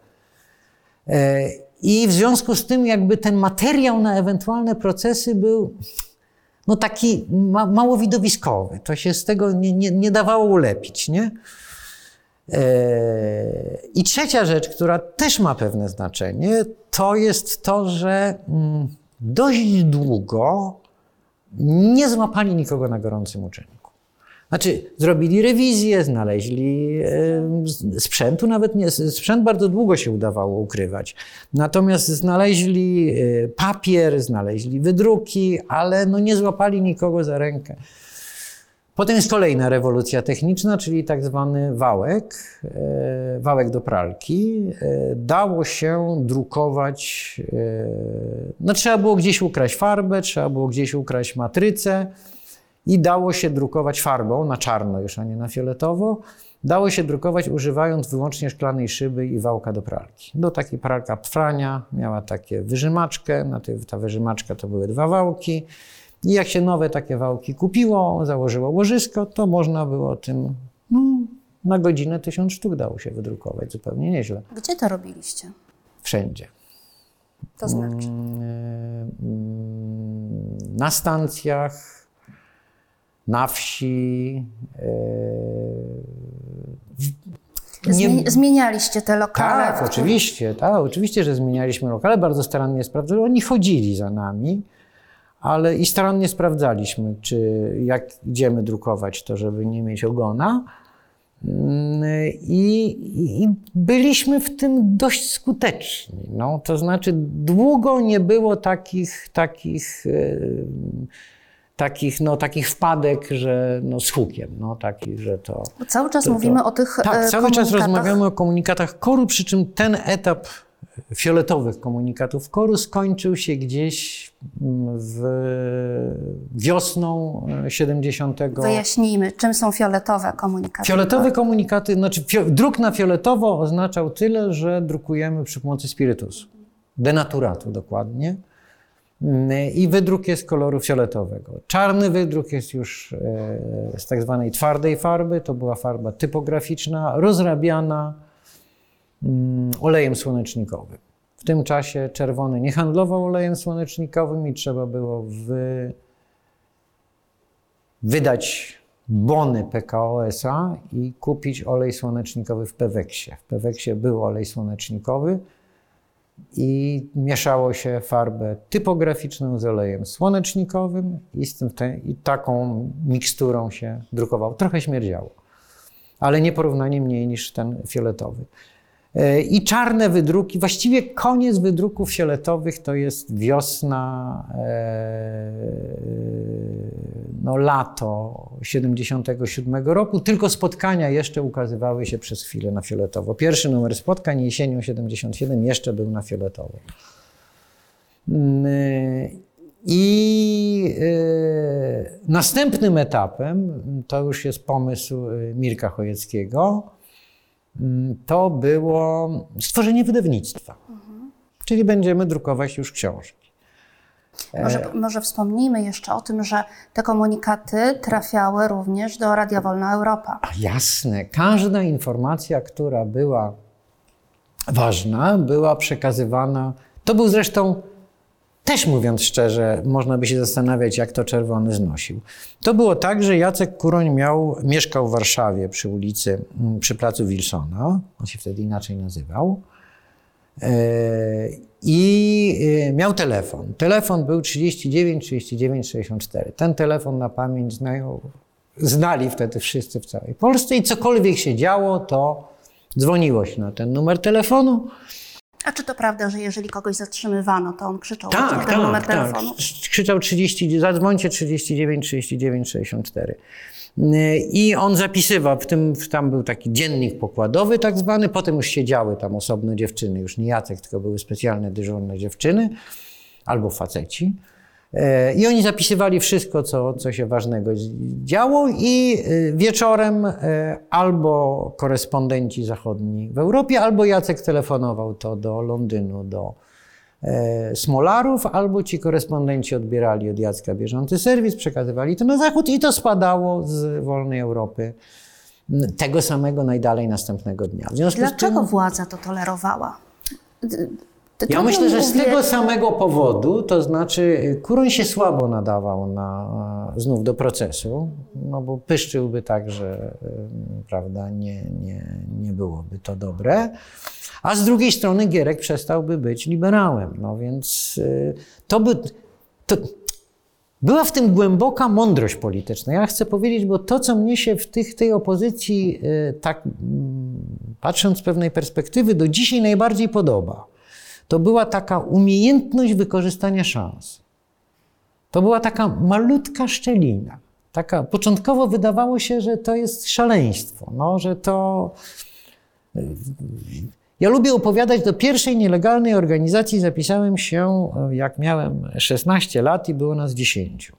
I w związku z tym jakby ten materiał na ewentualne procesy był no taki ma, mało widowiskowy. To się z tego nie, nie, nie dawało ulepić, nie? I trzecia rzecz, która też ma pewne znaczenie, to jest to, że dość długo nie złapali nikogo na gorącym uczynku. Znaczy, zrobili rewizję, znaleźli sprzętu, nawet nie, sprzęt bardzo długo się udawało ukrywać. Natomiast znaleźli papier, znaleźli wydruki, ale no nie złapali nikogo za rękę. Potem jest kolejna rewolucja techniczna, czyli tak zwany wałek, wałek do pralki. Dało się drukować, no trzeba było gdzieś ukraść farbę, trzeba było gdzieś ukraść matrycę i dało się drukować farbą na czarno już, a nie na fioletowo. Dało się drukować używając wyłącznie szklanej szyby i wałka do pralki. Do takiej pralka Pfrania miała takie wyżymaczkę, na tej, ta wyżymaczka to były dwa wałki. I jak się nowe takie wałki kupiło, założyło łożysko, to można było tym no, na godzinę tysiąc sztuk dało się wydrukować. Zupełnie nieźle. Gdzie to robiliście? Wszędzie. To znaczy? Na stacjach, na wsi. Nie... Zmienialiście te lokale? Tak, oczywiście, tak, oczywiście, że zmienialiśmy lokale. Bardzo starannie sprawdzali. Oni chodzili za nami. Ale i starannie sprawdzaliśmy, czy jak idziemy drukować, to żeby nie mieć ogona. I, i byliśmy w tym dość skuteczni. No, to znaczy długo nie było takich, takich, takich, no, takich wpadek, że no, z hukiem, no, takich, że to... Bo cały czas to, to, mówimy o tych Tak, cały czas rozmawiamy o komunikatach koru, przy czym ten etap fioletowych komunikatów koru skończył się gdzieś w wiosną siedemdziesiątego. Wyjaśnijmy, czym są fioletowe komunikaty. Fioletowe komunikaty, znaczy fio, druk na fioletowo oznaczał tyle, że drukujemy przy pomocy spirytusu, denaturatu dokładnie. I wydruk jest koloru fioletowego. Czarny wydruk jest już z tak zwanej twardej farby, to była farba typograficzna, rozrabiana olejem słonecznikowym. W tym czasie czerwony nie handlował olejem słonecznikowym i trzeba było wy... wydać bony P K O S A i kupić olej słonecznikowy w Peweksie. W Peweksie był olej słonecznikowy i mieszało się farbę typograficzną z olejem słonecznikowym i, z tym te... i taką miksturą się drukowało. Trochę śmierdziało, ale nieporównanie mniej niż ten fioletowy. I czarne wydruki, właściwie koniec wydruków fioletowych to jest wiosna, no lato siedemdziesiątego siódmego roku. Tylko spotkania jeszcze ukazywały się przez chwilę na fioletowo. Pierwszy numer spotkań jesienią siedemdziesiąt siedem jeszcze był na fioletowo. I następnym etapem, to już jest pomysł Mirka Chojeckiego, to było stworzenie wydawnictwa. Mhm. Czyli będziemy drukować już książki. Może, może wspomnijmy jeszcze o tym, że te komunikaty trafiały również do Radia Wolna Europa. A jasne. Każda informacja, która była ważna, była przekazywana. To był zresztą, też mówiąc szczerze, można by się zastanawiać, jak to Czerwony znosił. To było tak, że Jacek Kuroń miał, mieszkał w Warszawie przy ulicy, przy placu Wilsona, on się wtedy inaczej nazywał, i miał telefon. Telefon był trzydzieści dziewięć trzydzieści dziewięć sześćdziesiąt cztery. Ten telefon na pamięć znają, znali wtedy wszyscy w całej Polsce i cokolwiek się działo, to dzwoniło się na ten numer telefonu. A czy to prawda, że jeżeli kogoś zatrzymywano, to on krzyczał tak, ten tak, numer tak. telefonu? Krzyczał trzydzieści, zadzwońcie trzydzieści dziewięć trzydzieści dziewięć sześćdziesiąt cztery. I on zapisywał, w tym, tam był taki dziennik pokładowy tak zwany, potem już siedziały tam osobno dziewczyny, już nie Jacek, tylko były specjalne dyżurne dziewczyny albo faceci. I oni zapisywali wszystko, co, co się ważnego działo i wieczorem albo korespondenci zachodni w Europie, albo Jacek telefonował to do Londynu, do Smolarów, albo ci korespondenci odbierali od Jacka bieżący serwis, przekazywali to na zachód i to spadało z wolnej Europy tego samego najdalej następnego dnia. W związku Dlaczego z czym... władza to tolerowała? Ja myślę, że z tego samego powodu, to znaczy Kuroń się słabo nadawał na, znów do procesu, no bo pyszczyłby tak, że prawda, nie, nie, nie byłoby to dobre. A z drugiej strony Gierek przestałby być liberałem. No więc to by... To, była w tym głęboka mądrość polityczna. Ja chcę powiedzieć, bo to, co mnie się w tych, tej opozycji, tak patrząc z pewnej perspektywy, do dzisiaj najbardziej podoba, to była taka umiejętność wykorzystania szans. To była taka malutka szczelina. Taka, początkowo wydawało się, że to jest szaleństwo, no, że to... Ja lubię opowiadać, do pierwszej nielegalnej organizacji zapisałem się, jak miałem szesnaście lat i było nas dziesięciu.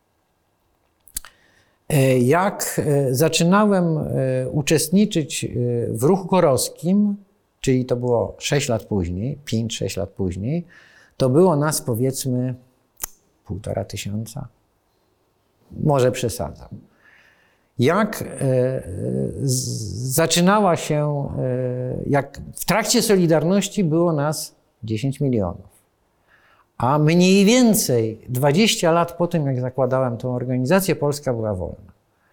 Jak zaczynałem uczestniczyć w ruchu korowskim, czyli to było sześć lat później, pięć sześć lat później, to było nas powiedzmy półtora tysiąca. Może przesadzam. Jak e, z, zaczynała się, e, jak w trakcie Solidarności było nas dziesięć milionów. A mniej więcej dwadzieścia lat po tym, jak zakładałem tę organizację, Polska była wolna.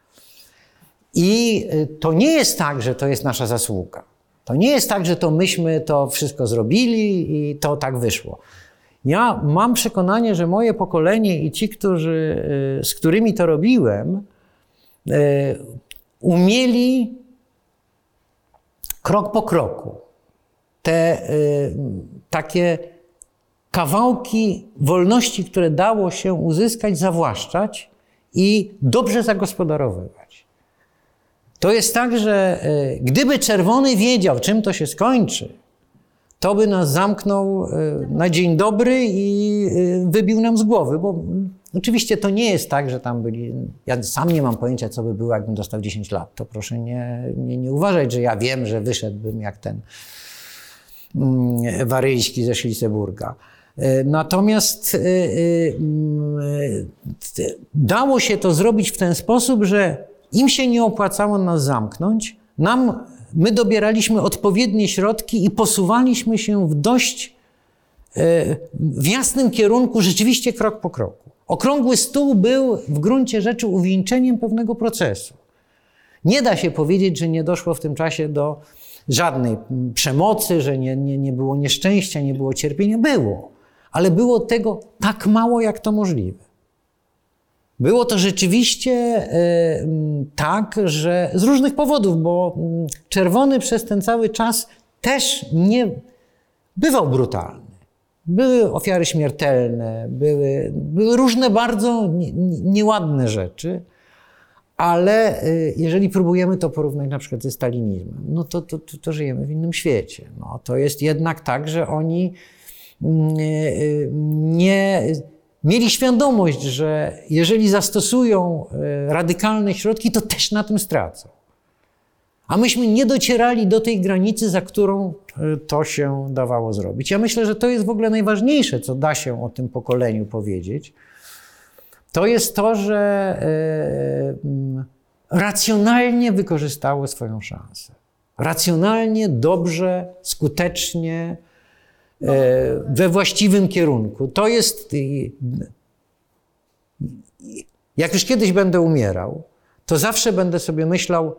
I to nie jest tak, że to jest nasza zasługa. To nie jest tak, że to myśmy to wszystko zrobili i to tak wyszło. Ja mam przekonanie, że moje pokolenie i ci, którzy, z którymi to robiłem, umieli krok po kroku te takie kawałki wolności, które dało się uzyskać, zawłaszczać i dobrze zagospodarowywać. To jest tak, że gdyby Czerwony wiedział, czym to się skończy, to by nas zamknął na dzień dobry i wybił nam z głowy, bo oczywiście to nie jest tak, że tam byli... Ja sam nie mam pojęcia, co by było, jakbym dostał dziesięć lat. To proszę nie, nie, nie uważać, że ja wiem, że wyszedłbym jak ten mm, Waryjski ze Szliseburga. Natomiast y, y, y, dało się to zrobić w ten sposób, że im się nie opłacało nas zamknąć, nam, my dobieraliśmy odpowiednie środki i posuwaliśmy się w dość w jasnym kierunku, rzeczywiście krok po kroku. Okrągły stół był w gruncie rzeczy uwieńczeniem pewnego procesu. Nie da się powiedzieć, że nie doszło w tym czasie do żadnej przemocy, że nie, nie, nie było nieszczęścia, nie było cierpienia. Było, ale było tego tak mało, jak to możliwe. Było to rzeczywiście e, tak, że z różnych powodów, bo Czerwony przez ten cały czas też nie bywał brutalny. Były ofiary śmiertelne, były, były różne bardzo nie, nieładne rzeczy, ale jeżeli próbujemy to porównać na przykład ze stalinizmem, no to, to, to, to żyjemy w innym świecie. No, to jest jednak tak, że oni nie, nie mieli świadomość, że jeżeli zastosują radykalne środki, to też na tym stracą. A myśmy nie docierali do tej granicy, za którą to się dawało zrobić. Ja myślę, że to jest w ogóle najważniejsze, co da się o tym pokoleniu powiedzieć. To jest to, że racjonalnie wykorzystało swoją szansę. Racjonalnie, dobrze, skutecznie, we właściwym kierunku. To jest... Jak już kiedyś będę umierał, to zawsze będę sobie myślał,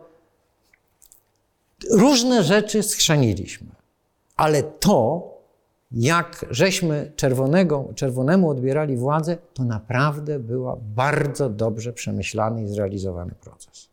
różne rzeczy schrzaniliśmy, ale to, jak żeśmy czerwonego, czerwonemu odbierali władzę, to naprawdę był bardzo dobrze przemyślany i zrealizowany proces.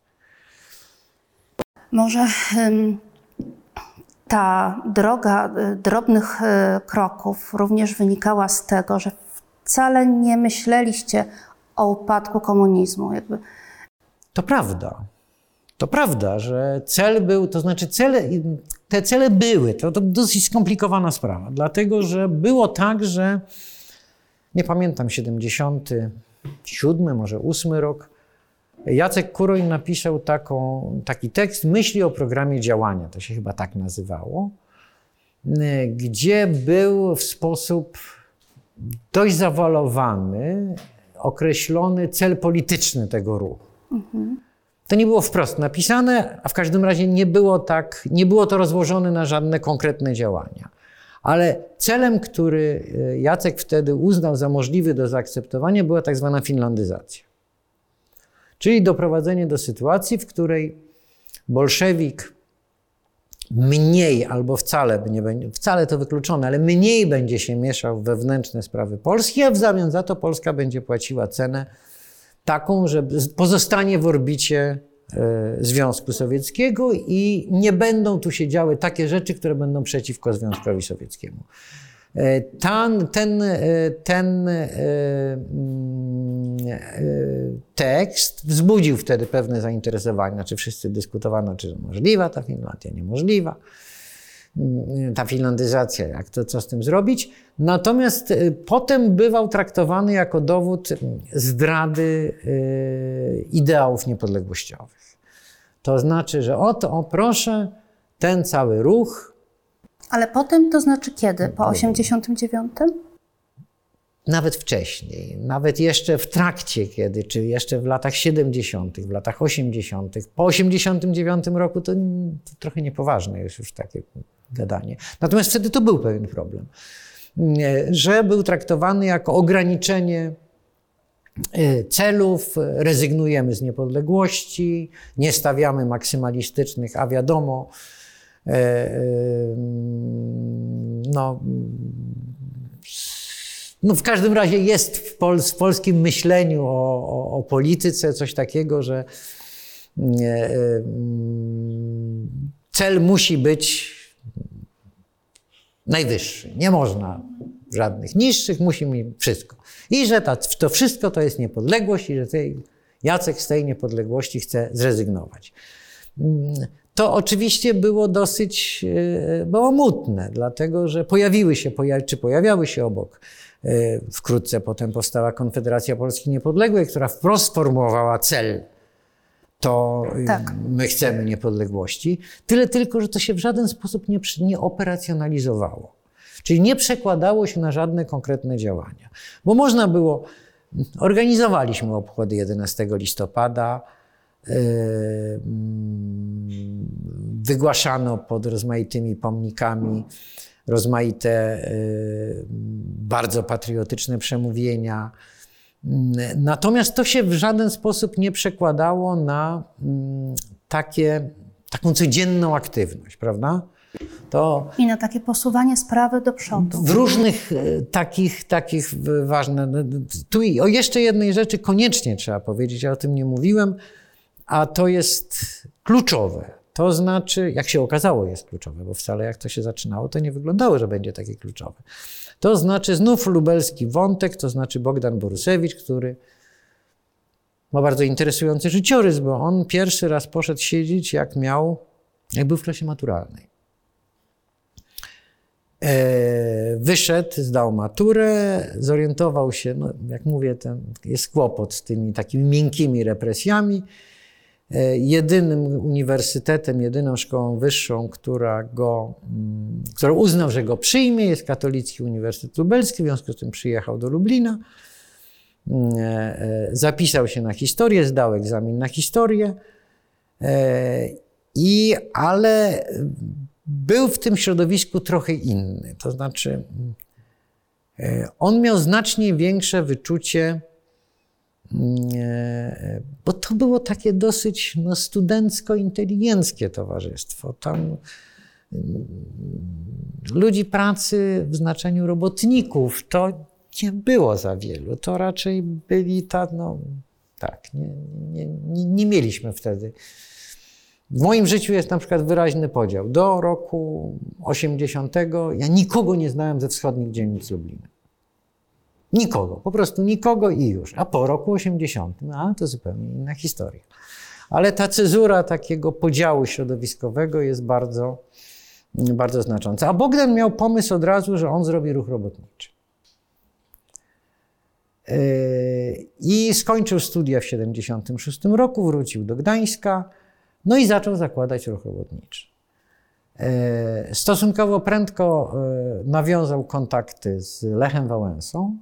Może um, ta droga drobnych kroków również wynikała z tego, że wcale nie myśleliście o upadku komunizmu. Jakby. To prawda. To prawda, że cel był, to znaczy cele, te cele były, to, to dosyć skomplikowana sprawa, dlatego że było tak, że nie pamiętam, siedemdziesiąty siódmy, może ósmy rok, Jacek Kuroń napisał taką, taki tekst, Myśli o programie działania, to się chyba tak nazywało, gdzie był w sposób dość zawalowany określony cel polityczny tego ruchu. Mhm. To nie było wprost napisane, a w każdym razie nie było tak, nie było to rozłożone na żadne konkretne działania. Ale celem, który Jacek wtedy uznał za możliwy do zaakceptowania, była tak zwana finlandyzacja. Czyli doprowadzenie do sytuacji, w której bolszewik mniej albo wcale, nie będzie, wcale to wykluczone, ale mniej będzie się mieszał w wewnętrzne sprawy Polski, a w zamian za to Polska będzie płaciła cenę taką, że pozostanie w orbicie Związku Sowieckiego i nie będą tu się działy takie rzeczy, które będą przeciwko Związkowi Sowieckiemu. Ten, ten, ten tekst wzbudził wtedy pewne zainteresowanie, znaczy wszyscy dyskutowano, czy możliwa ta Finlandia, niemożliwa, ta finlandyzacja, jak to, co z tym zrobić. Natomiast potem bywał traktowany jako dowód zdrady ideałów niepodległościowych. To znaczy, że oto, o proszę, ten cały ruch. Ale potem to znaczy kiedy? Po osiemdziesiątym dziewiątym? Nawet wcześniej, nawet jeszcze w trakcie kiedy, czy jeszcze w latach siedemdziesiątych, w latach osiemdziesiątych. Po osiemdziesiątym dziewiątym roku to, to trochę niepoważne jest już takie gadanie. Natomiast wtedy to był pewien problem, że był traktowany jako ograniczenie celów, rezygnujemy z niepodległości, nie stawiamy maksymalistycznych, a wiadomo, no, no w każdym razie jest w, pol, w polskim myśleniu o, o, o polityce coś takiego, że cel musi być najwyższy. Nie można żadnych niższych, musi mieć wszystko. I że ta, to wszystko to jest niepodległość i że tej, Jacek z tej niepodległości chce zrezygnować. To oczywiście było dosyć bałamutne, dlatego że pojawiły się, czy pojawiały się obok. Wkrótce potem powstała Konfederacja Polski Niepodległej, która wprost sformułowała cel. To tak. My chcemy niepodległości. Tyle tylko, że to się w żaden sposób nie, nie operacjonalizowało. Czyli nie przekładało się na żadne konkretne działania. Bo można było, organizowaliśmy obchody jedenastego listopada, wygłaszano pod rozmaitymi pomnikami rozmaite, bardzo patriotyczne przemówienia. Natomiast to się w żaden sposób nie przekładało na takie, taką codzienną aktywność, prawda? To I na takie posuwanie sprawy do przodu. W różnych takich, takich ważnych... Tu i o jeszcze jednej rzeczy koniecznie trzeba powiedzieć, ja o tym nie mówiłem, a to jest kluczowe. To znaczy, jak się okazało, jest kluczowe, bo wcale jak to się zaczynało, to nie wyglądało, że będzie takie kluczowe. To znaczy znów lubelski wątek, to znaczy Bogdan Borusewicz, który ma bardzo interesujący życiorys, bo on pierwszy raz poszedł siedzieć, jak miał, jak był w klasie maturalnej. Wyszedł, zdał maturę, zorientował się, no jak mówię, ten jest kłopot z tymi takimi miękkimi represjami. Jedynym uniwersytetem, jedyną szkołą wyższą, która go, która uznał, że go przyjmie, jest Katolicki Uniwersytet Lubelski, w związku z tym przyjechał do Lublina, zapisał się na historię, zdał egzamin na historię, i, ale był w tym środowisku trochę inny. To znaczy, on miał znacznie większe wyczucie, bo to było takie dosyć no, studencko-inteligenckie towarzystwo. Tam ludzi pracy w znaczeniu robotników to nie było za wielu. To raczej byli ta, no tak, nie, nie, nie, nie mieliśmy wtedy. W moim życiu jest na przykład wyraźny podział. Do roku osiemdziesiątego ja nikogo nie znałem ze wschodnich dzielnic Lublina. Nikogo, po prostu nikogo i już. A po roku osiemdziesiątym, a to zupełnie inna historia. Ale ta cezura takiego podziału środowiskowego jest bardzo, bardzo znacząca. A Bogdan miał pomysł od razu, że on zrobi ruch robotniczy. I skończył studia w siedemdziesiątym szóstym roku, wrócił do Gdańska, no i zaczął zakładać ruch robotniczy. Stosunkowo prędko nawiązał kontakty z Lechem Wałęsą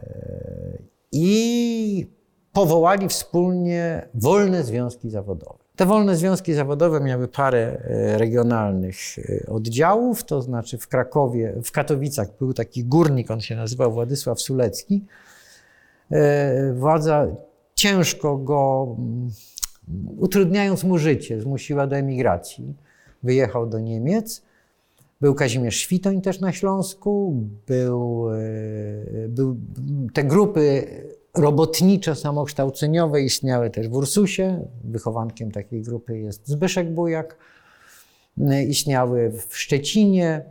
i powołali wspólnie wolne związki zawodowe. Te wolne związki zawodowe miały parę regionalnych oddziałów, to znaczy w Krakowie, w Katowicach był taki górnik, on się nazywał Władysław Sulecki. Władza ciężko go, utrudniając mu życie, zmusiła do emigracji. Wyjechał do Niemiec. Był Kazimierz Świtoń też na Śląsku. Był, był te grupy robotniczo-samokształceniowe istniały też w Ursusie. Wychowankiem takiej grupy jest Zbyszek Bujak. Istniały w Szczecinie.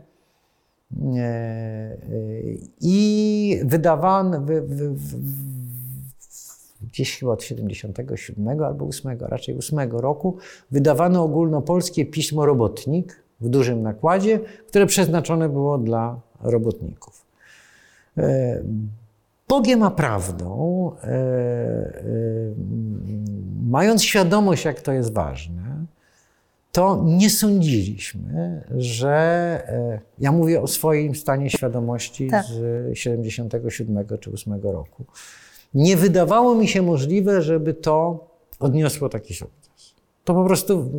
I wydawano wy, wy, wy, gdzieś chyba od siedemdziesiątego siódmego albo ósmego, raczej ósmego roku, wydawano ogólnopolskie pismo Robotnik w dużym nakładzie, które przeznaczone było dla robotników. Bogiem a prawdą, mając świadomość, jak to jest ważne, to nie sądziliśmy, że, ja mówię o swoim stanie świadomości tak. z siedemdziesiątego siódmego czy ósmego roku, nie wydawało mi się możliwe, żeby to odniosło taki sukces. To po prostu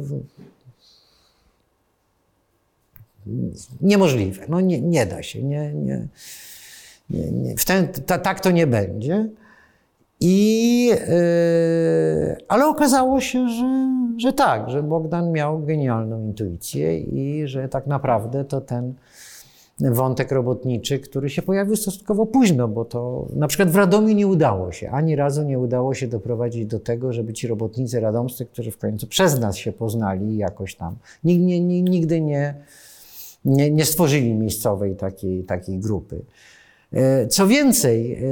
niemożliwe. No nie, nie da się. Nie, nie, nie, nie. W ten, ta, tak to nie będzie. I, yy, ale okazało się, że, że tak, że Bogdan miał genialną intuicję i że tak naprawdę to ten wątek robotniczy, który się pojawił stosunkowo późno, bo to na przykład w Radomiu nie udało się, ani razu nie udało się doprowadzić do tego, żeby ci robotnicy radomscy, którzy w końcu przez nas się poznali jakoś tam, nigdy, nigdy nie, nie, nie stworzyli miejscowej takiej, takiej grupy. Co więcej,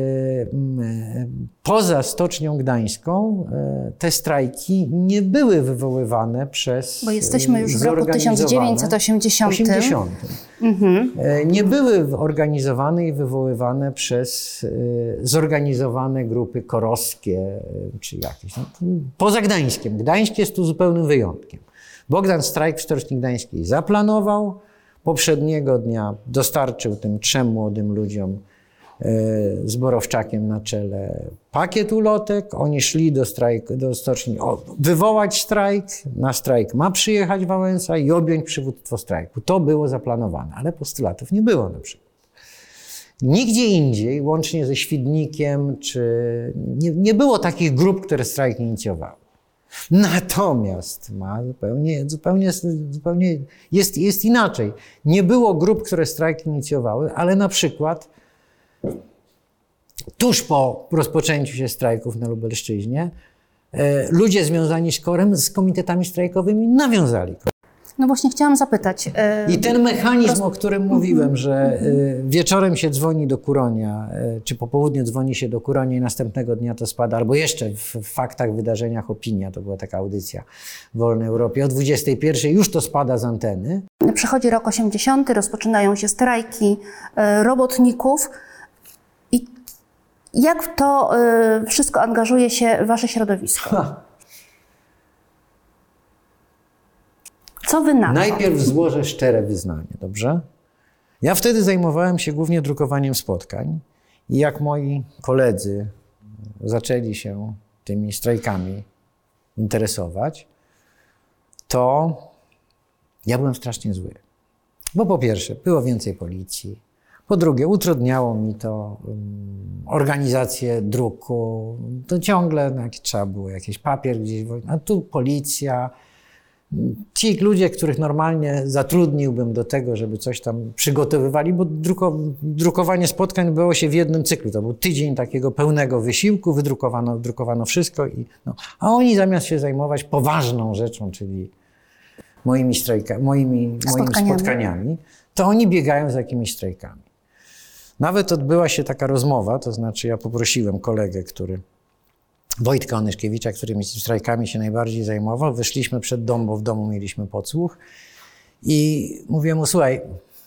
poza Stocznią Gdańską te strajki nie były wywoływane przez Bo jesteśmy już w roku tysiąc dziewięćset osiemdziesiątym. osiemdziesiątym. Mhm. Nie były organizowane i wywoływane przez zorganizowane grupy koroskie czy jakieś. No, poza Gdańskiem. Gdańsk jest tu zupełnym wyjątkiem. Bogdan strajk w Stoczni Gdańskiej zaplanował. Poprzedniego dnia dostarczył tym trzem młodym ludziom z Borowczakiem na czele pakiet ulotek. Oni szli do, strajk, do stoczni o, wywołać strajk. Na strajk ma przyjechać Wałęsa i objąć przywództwo strajku. To było zaplanowane, ale postulatów nie było na przykład. Nigdzie indziej, łącznie ze Świdnikiem, czy nie, nie było takich grup, które strajk inicjowały. Natomiast ma zupełnie, zupełnie, zupełnie jest, jest inaczej. Nie było grup, które strajk inicjowały, ale na przykład tuż po rozpoczęciu się strajków na Lubelszczyźnie e, ludzie związani z KOR-em z komitetami strajkowymi nawiązali. No właśnie chciałam zapytać. Yy, I ten mechanizm, roz... o którym mówiłem, że y, wieczorem się dzwoni do Kuronia, y, czy po południu dzwoni się do Kuronia i następnego dnia to spada, albo jeszcze w, w faktach, wydarzeniach opinia, to była taka audycja w Wolnej Europie, o dwudziestej pierwszej już to spada z anteny. Przychodzi rok osiemdziesiąty, rozpoczynają się strajki y, robotników. I jak w to y, wszystko angażuje się wasze środowisko? Ha. Co wy na to? Najpierw złożę szczere wyznanie, dobrze? Ja wtedy zajmowałem się głównie drukowaniem spotkań i jak moi koledzy zaczęli się tymi strajkami interesować, to ja byłem strasznie zły. Bo po pierwsze, było więcej policji. Po drugie, utrudniało mi to um, organizację druku. To ciągle no, jak trzeba było jakiś papier gdzieś, a tu policja. Ci ludzie, których normalnie zatrudniłbym do tego, żeby coś tam przygotowywali, bo druko, drukowanie spotkań było się w jednym cyklu. To był tydzień takiego pełnego wysiłku, wydrukowano, drukowano wszystko. I, no, a oni zamiast się zajmować poważną rzeczą, czyli moimi, strajka, moimi, moimi spotkaniami, to oni biegają za jakimiś strajkami. Nawet odbyła się taka rozmowa, to znaczy ja poprosiłem kolegę, który Wojtka Onyszkiewicza, który mi strajkami się najbardziej zajmował. Wyszliśmy przed dom, bo w domu mieliśmy podsłuch i mówiłem mu, słuchaj,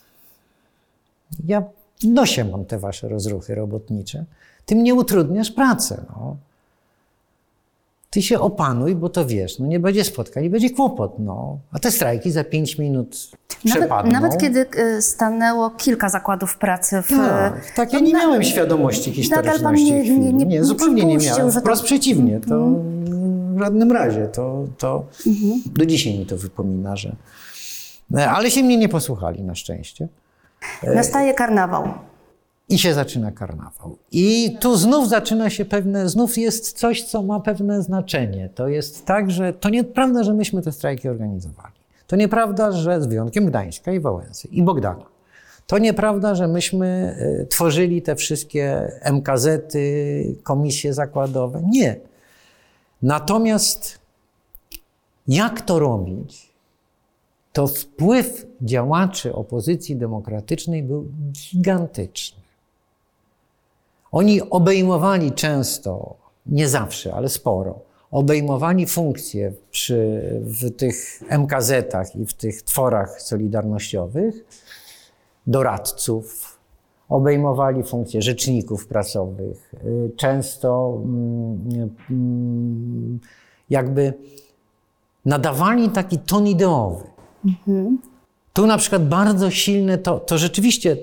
ja w nosie mam te wasze rozruchy robotnicze, ty mnie utrudniasz pracę. No. Ty się opanuj, bo to wiesz, no nie będzie spotkań, nie będzie kłopot. No. A te strajki za pięć minut przepadną. Nawet, nawet kiedy stanęło kilka zakładów pracy w... Tak, tak ja nie miałem świadomości historyczności tak, ale pan nie, nie, nie, nie, zupełnie nie miałem. Wprost to... przeciwnie. To, w żadnym razie. To, to mhm. do dzisiaj mi to wypomina, że... Ale się mnie nie posłuchali, na szczęście. Nastaje karnawał. I się zaczyna karnawał. I tu znów zaczyna się pewne, znów jest coś, co ma pewne znaczenie. To jest tak, że to nieprawda, że myśmy te strajki organizowali. To nieprawda, że z wyjątkiem Gdańska i Wałęsy i Bogdana. To nieprawda, że myśmy tworzyli te wszystkie em ka zety, komisje zakładowe. Nie. Natomiast jak to robić? To wpływ działaczy opozycji demokratycznej był gigantyczny. Oni obejmowali często, nie zawsze, ale sporo, obejmowali funkcje przy, w tych em ka zetach i w tych tworach solidarnościowych, doradców, obejmowali funkcje rzeczników prasowych, często jakby nadawali taki ton ideowy. Mhm. Tu na przykład bardzo silne to, to rzeczywiście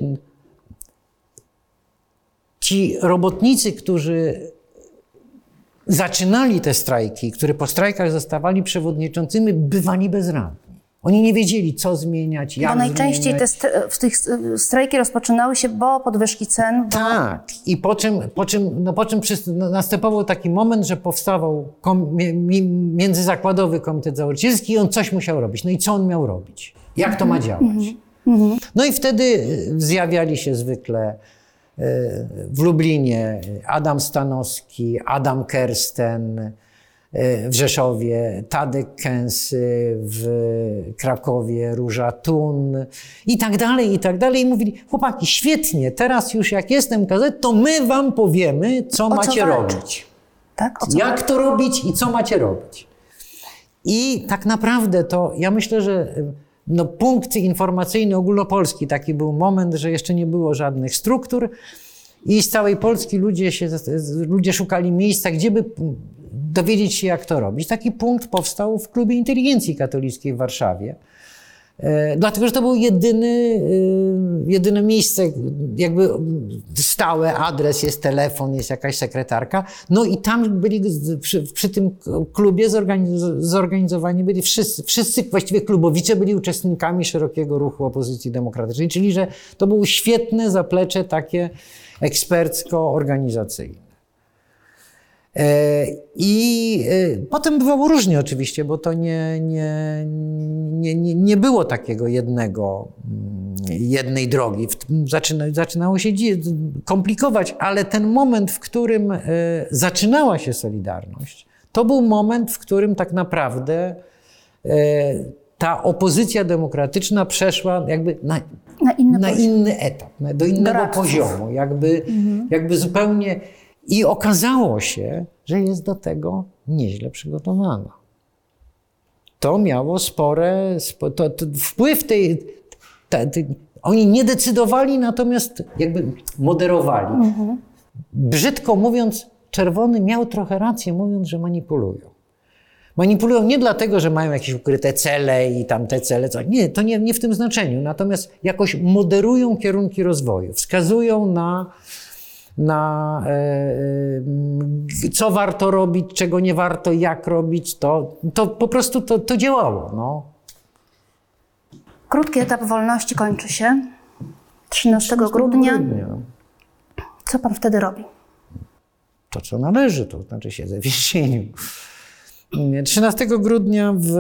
ci robotnicy, którzy zaczynali te strajki, którzy po strajkach zostawali przewodniczącymi, bywali bezradni. Oni nie wiedzieli, co zmieniać, jak Bo najczęściej zmieniać. te w tych strajki rozpoczynały się, bo podwyżki cen. Bo... Tak. I po czym, po czym, no po czym następował taki moment, że powstawał kom, międzyzakładowy komitet założycielski i on coś musiał robić. No i co on miał robić? Jak to ma działać? Mm-hmm. No i wtedy zjawiali się zwykle w Lublinie Adam Stanowski, Adam Kersten, w Rzeszowie, Tadek Kęsy, w Krakowie Róża Thun i tak dalej, i tak dalej. I mówili, chłopaki, świetnie, teraz już jak jestem em ka zet, to my wam powiemy, co o macie co robić. Tak? O co jak to robić i co macie robić. I tak naprawdę to, ja myślę, że no, punkt informacyjny ogólnopolski, taki był moment, że jeszcze nie było żadnych struktur i z całej Polski ludzie, się, ludzie szukali miejsca, gdzie by dowiedzieć się, jak to robić. Taki punkt powstał w Klubie Inteligencji Katolickiej w Warszawie. E, dlatego, że to był jedyny, e, jedyne miejsce, jakby stałe, adres, jest telefon, jest jakaś sekretarka. No i tam byli, przy, przy tym klubie zorganiz- zorganizowani byli wszyscy, wszyscy właściwie klubowicze byli uczestnikami szerokiego ruchu opozycji demokratycznej, czyli że to było świetne zaplecze takie ekspercko-organizacyjne. I potem bywało różnie oczywiście, bo to nie, nie, nie, nie, nie było takiego jednego, jednej drogi. Zaczyna, zaczynało się komplikować, ale ten moment, w którym zaczynała się Solidarność, to był moment, w którym tak naprawdę ta opozycja demokratyczna przeszła jakby na, na, inny, na inny etap, do innego Doradców. poziomu, jakby, mhm. jakby zupełnie... I okazało się, że jest do tego nieźle przygotowana. To miało spore... Spo, to, to wpływ tej... Ta, tej... Oni nie decydowali, natomiast jakby moderowali. Mhm. Brzydko mówiąc, Czerwony miał trochę rację, mówiąc, że manipulują. Manipulują nie dlatego, że mają jakieś ukryte cele i tam te cele... Co, nie, to nie, nie w tym znaczeniu. Natomiast jakoś moderują kierunki rozwoju. Wskazują na... na e, co warto robić, czego nie warto, jak robić, to, to po prostu to, to działało. No. Krótki etap wolności kończy się trzynastego grudnia. Co pan wtedy robi? To, co należy, to znaczy siedzę w więzieniu. trzynastego grudnia w,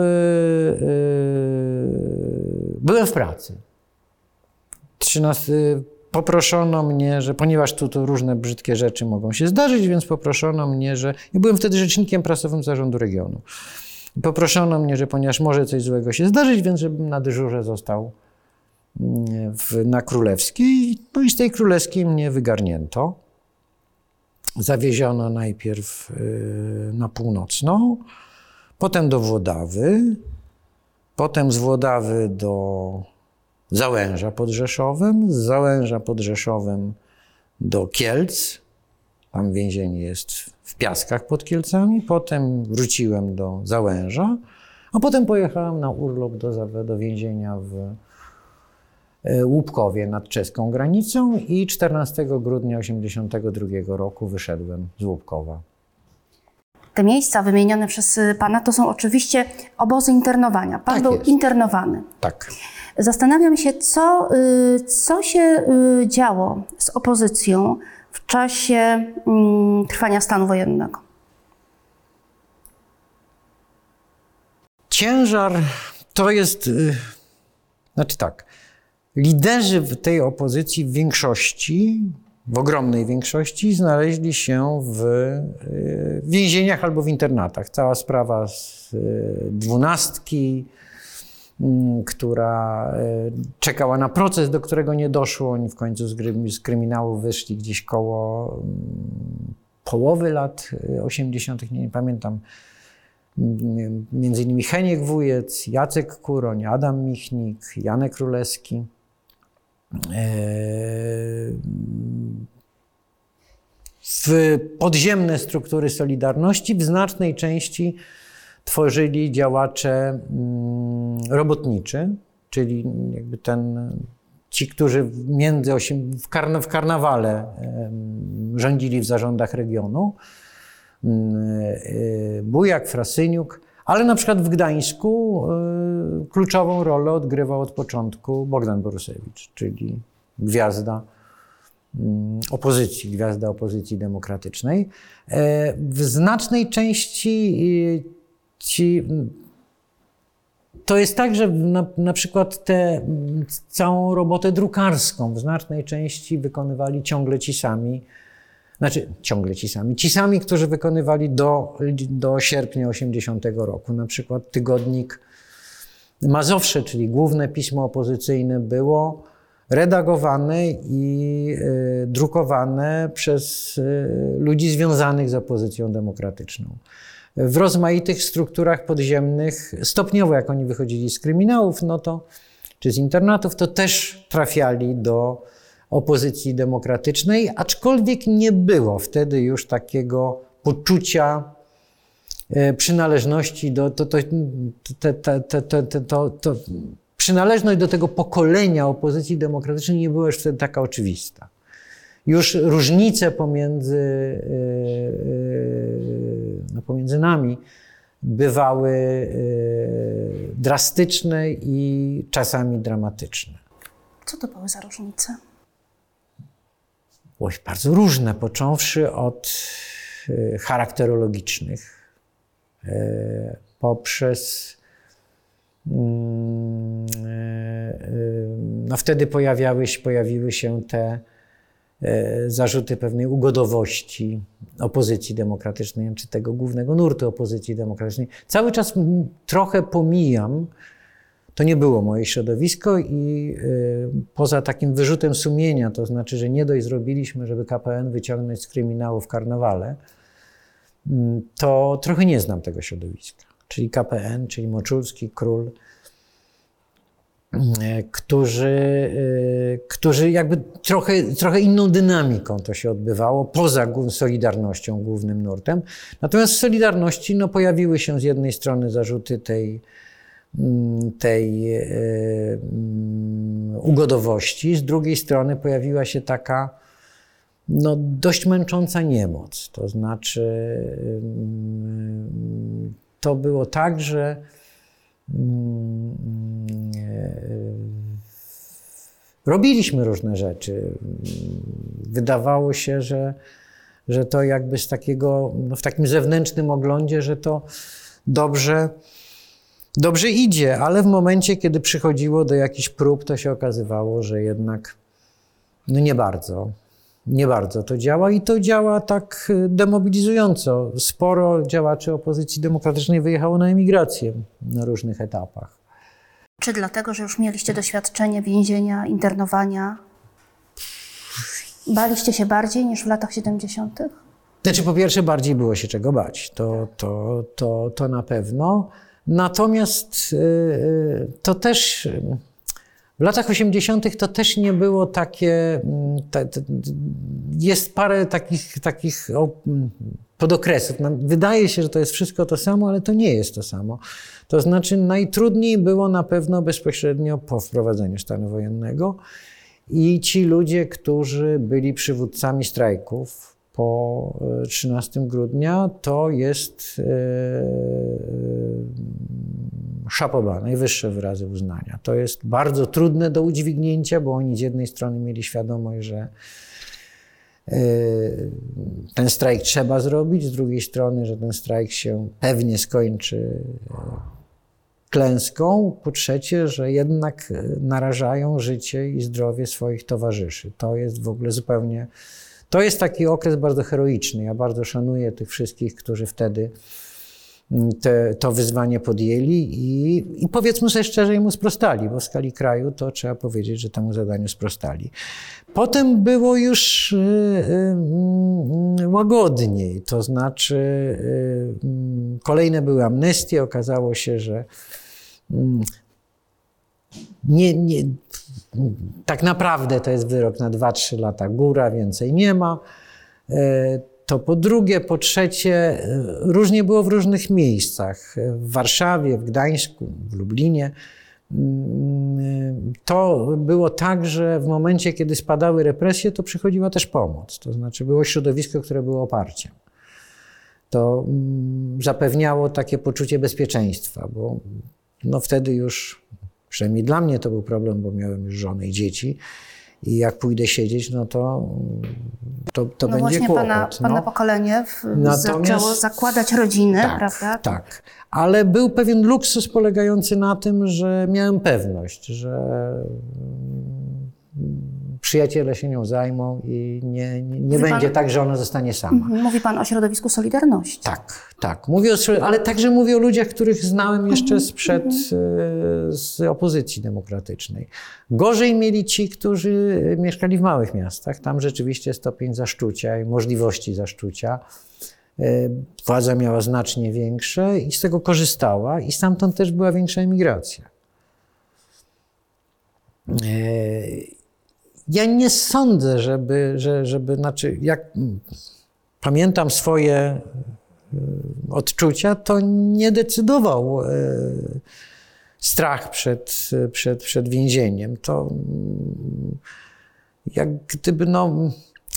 yy, byłem w pracy. trzynastego Poproszono mnie, że ponieważ tu, tu różne brzydkie rzeczy mogą się zdarzyć, więc poproszono mnie, że... Ja byłem wtedy rzecznikiem prasowym zarządu regionu. Poproszono mnie, że ponieważ może coś złego się zdarzyć, więc żebym na dyżurze został w, na Królewskiej. No i z tej Królewskiej mnie wygarnięto. Zawieziono najpierw yy, na Północną, potem do Włodawy, potem z Włodawy do Załęża pod Rzeszowem, z Załęża pod Rzeszowem do Kielc. Tam więzienie jest w Piaskach pod Kielcami. Potem wróciłem do Załęża, a potem pojechałem na urlop do, do więzienia w Łupkowie nad czeską granicą i czternastego grudnia tysiąc dziewięćset osiemdziesiątego drugiego roku wyszedłem z Łupkowa. Te miejsca wymienione przez pana to są oczywiście obozy internowania. Pan Tak był jest. internowany. Tak. Zastanawiam się, co, y, co się y, działo z opozycją w czasie mm, trwania stanu wojennego. Ciężar to jest, y, znaczy tak, liderzy w tej opozycji w większości, w ogromnej większości znaleźli się w y, więzieniach albo w internatach. Cała sprawa z y, dwunastki, y, która y, czekała na proces, do którego nie doszło. Oni w końcu z, gry, z kryminału wyszli gdzieś koło y, połowy lat osiemdziesiątych, nie, nie pamiętam. Między innymi Heniek Wujec, Jacek Kuroń, Adam Michnik, Janek Królewski. W podziemne struktury Solidarności w znacznej części tworzyli działacze robotniczy, czyli jakby ten, ci, którzy między osiem, w, karna, w karnawale rządzili w zarządach regionu. Bujak, Frasyniuk, ale na przykład w Gdańsku y, kluczową rolę odgrywał od początku Bogdan Borusewicz, czyli gwiazda y, opozycji, gwiazda opozycji demokratycznej. Y, w znacznej części y, ci, to jest tak, że na, na przykład tę całą robotę drukarską w znacznej części wykonywali ciągle ci sami. Znaczy, ciągle ci sami. Ci sami, którzy wykonywali do, do sierpnia osiemdziesiątego roku. Na przykład tygodnik Mazowsze, czyli główne pismo opozycyjne, było redagowane i y, drukowane przez y, ludzi związanych z opozycją demokratyczną. W rozmaitych strukturach podziemnych, stopniowo jak oni wychodzili z kryminałów, no to, czy z internatów, to też trafiali do opozycji demokratycznej, aczkolwiek nie było wtedy już takiego poczucia e, przynależności do to, to, to, to, to, to, to, to, to przynależność do tego pokolenia opozycji demokratycznej nie była już wtedy taka oczywista. Już różnice pomiędzy, e, e, no, pomiędzy nami bywały e, drastyczne i czasami dramatyczne. Co to były za różnice? Oj, bardzo różne, począwszy od y, charakterologicznych, y, poprzez y, y, no wtedy pojawiały się, pojawiły się te y, zarzuty pewnej ugodowości opozycji demokratycznej, czy tego głównego nurtu opozycji demokratycznej. Cały czas trochę pomijam, to nie było moje środowisko i y, poza takim wyrzutem sumienia, to znaczy, że nie dość zrobiliśmy, żeby K P N wyciągnąć z kryminału w karnawale, y, to trochę nie znam tego środowiska. Czyli K P N, czyli Moczulski, Król, y, którzy, y, którzy jakby trochę, trochę inną dynamiką to się odbywało, poza Solidarnością, głównym nurtem. Natomiast w Solidarności no, pojawiły się z jednej strony zarzuty tej tej e, ugodowości, z drugiej strony pojawiła się taka no, dość męcząca niemoc. To znaczy to było tak, że robiliśmy różne rzeczy. Wydawało się, że, że to jakby z takiego, no, w takim zewnętrznym oglądzie, że to dobrze Dobrze idzie, ale w momencie, kiedy przychodziło do jakichś prób, to się okazywało, że jednak no nie bardzo, nie bardzo to działa i to działa tak demobilizująco. Sporo działaczy opozycji demokratycznej wyjechało na emigrację na różnych etapach. Czy dlatego, że już mieliście doświadczenie więzienia, internowania, baliście się bardziej niż w latach siedemdziesiątych? Znaczy, po pierwsze, bardziej było się czego bać, to, to, to, to na pewno. Natomiast to też w latach osiemdziesiątych to też nie było takie, jest parę takich, takich podokresów. Wydaje się, że to jest wszystko to samo, ale to nie jest to samo. To znaczy najtrudniej było na pewno bezpośrednio po wprowadzeniu stanu wojennego i ci ludzie, którzy byli przywódcami strajków, po trzynastego grudnia, to jest szapoba, najwyższe wyrazy uznania. To jest bardzo trudne do udźwignięcia, bo oni z jednej strony mieli świadomość, że ten strajk trzeba zrobić, z drugiej strony, że ten strajk się pewnie skończy klęską, po trzecie, że jednak narażają życie i zdrowie swoich towarzyszy. To jest w ogóle zupełnie, to jest taki okres bardzo heroiczny. Ja bardzo szanuję tych wszystkich, którzy wtedy te, to wyzwanie podjęli i, i powiedzmy sobie szczerze, mu sprostali, bo w skali kraju to trzeba powiedzieć, że temu zadaniu sprostali. Potem było już y, y, łagodniej, to znaczy y, kolejne były amnestie, okazało się, że y, nie, nie, tak naprawdę to jest wyrok na dwa trzy lata góra, więcej nie ma. Y, To po drugie, po trzecie, różnie było w różnych miejscach. W Warszawie, w Gdańsku, w Lublinie. To było tak, że w momencie, kiedy spadały represje, to przychodziła też pomoc. To znaczy było środowisko, które było oparciem. To zapewniało takie poczucie bezpieczeństwa, bo no wtedy już, przynajmniej dla mnie to był problem, bo miałem już żonę i dzieci. I jak pójdę siedzieć, no to, to, to no będzie właśnie kłopot. Pana, pana no. pokolenie w, Natomiast, zaczęło zakładać rodziny, tak, prawda? Tak, ale był pewien luksus polegający na tym, że miałem pewność, że przyjaciele się nią zajmą i nie, nie, nie będzie pan, tak, że ona zostanie sama. Mówi pan o środowisku Solidarności. Tak, tak. Mówię o, ale także mówię o ludziach, których znałem jeszcze sprzed z opozycji demokratycznej. Gorzej mieli ci, którzy mieszkali w małych miastach. Tam rzeczywiście stopień zaszczucia i możliwości zaszczucia. Władza miała znacznie większe i z tego korzystała i stamtąd też była większa emigracja. Ja nie sądzę, żeby, że, żeby, znaczy, jak pamiętam swoje odczucia, to nie decydował strach przed, przed, przed więzieniem. To jak gdyby, no,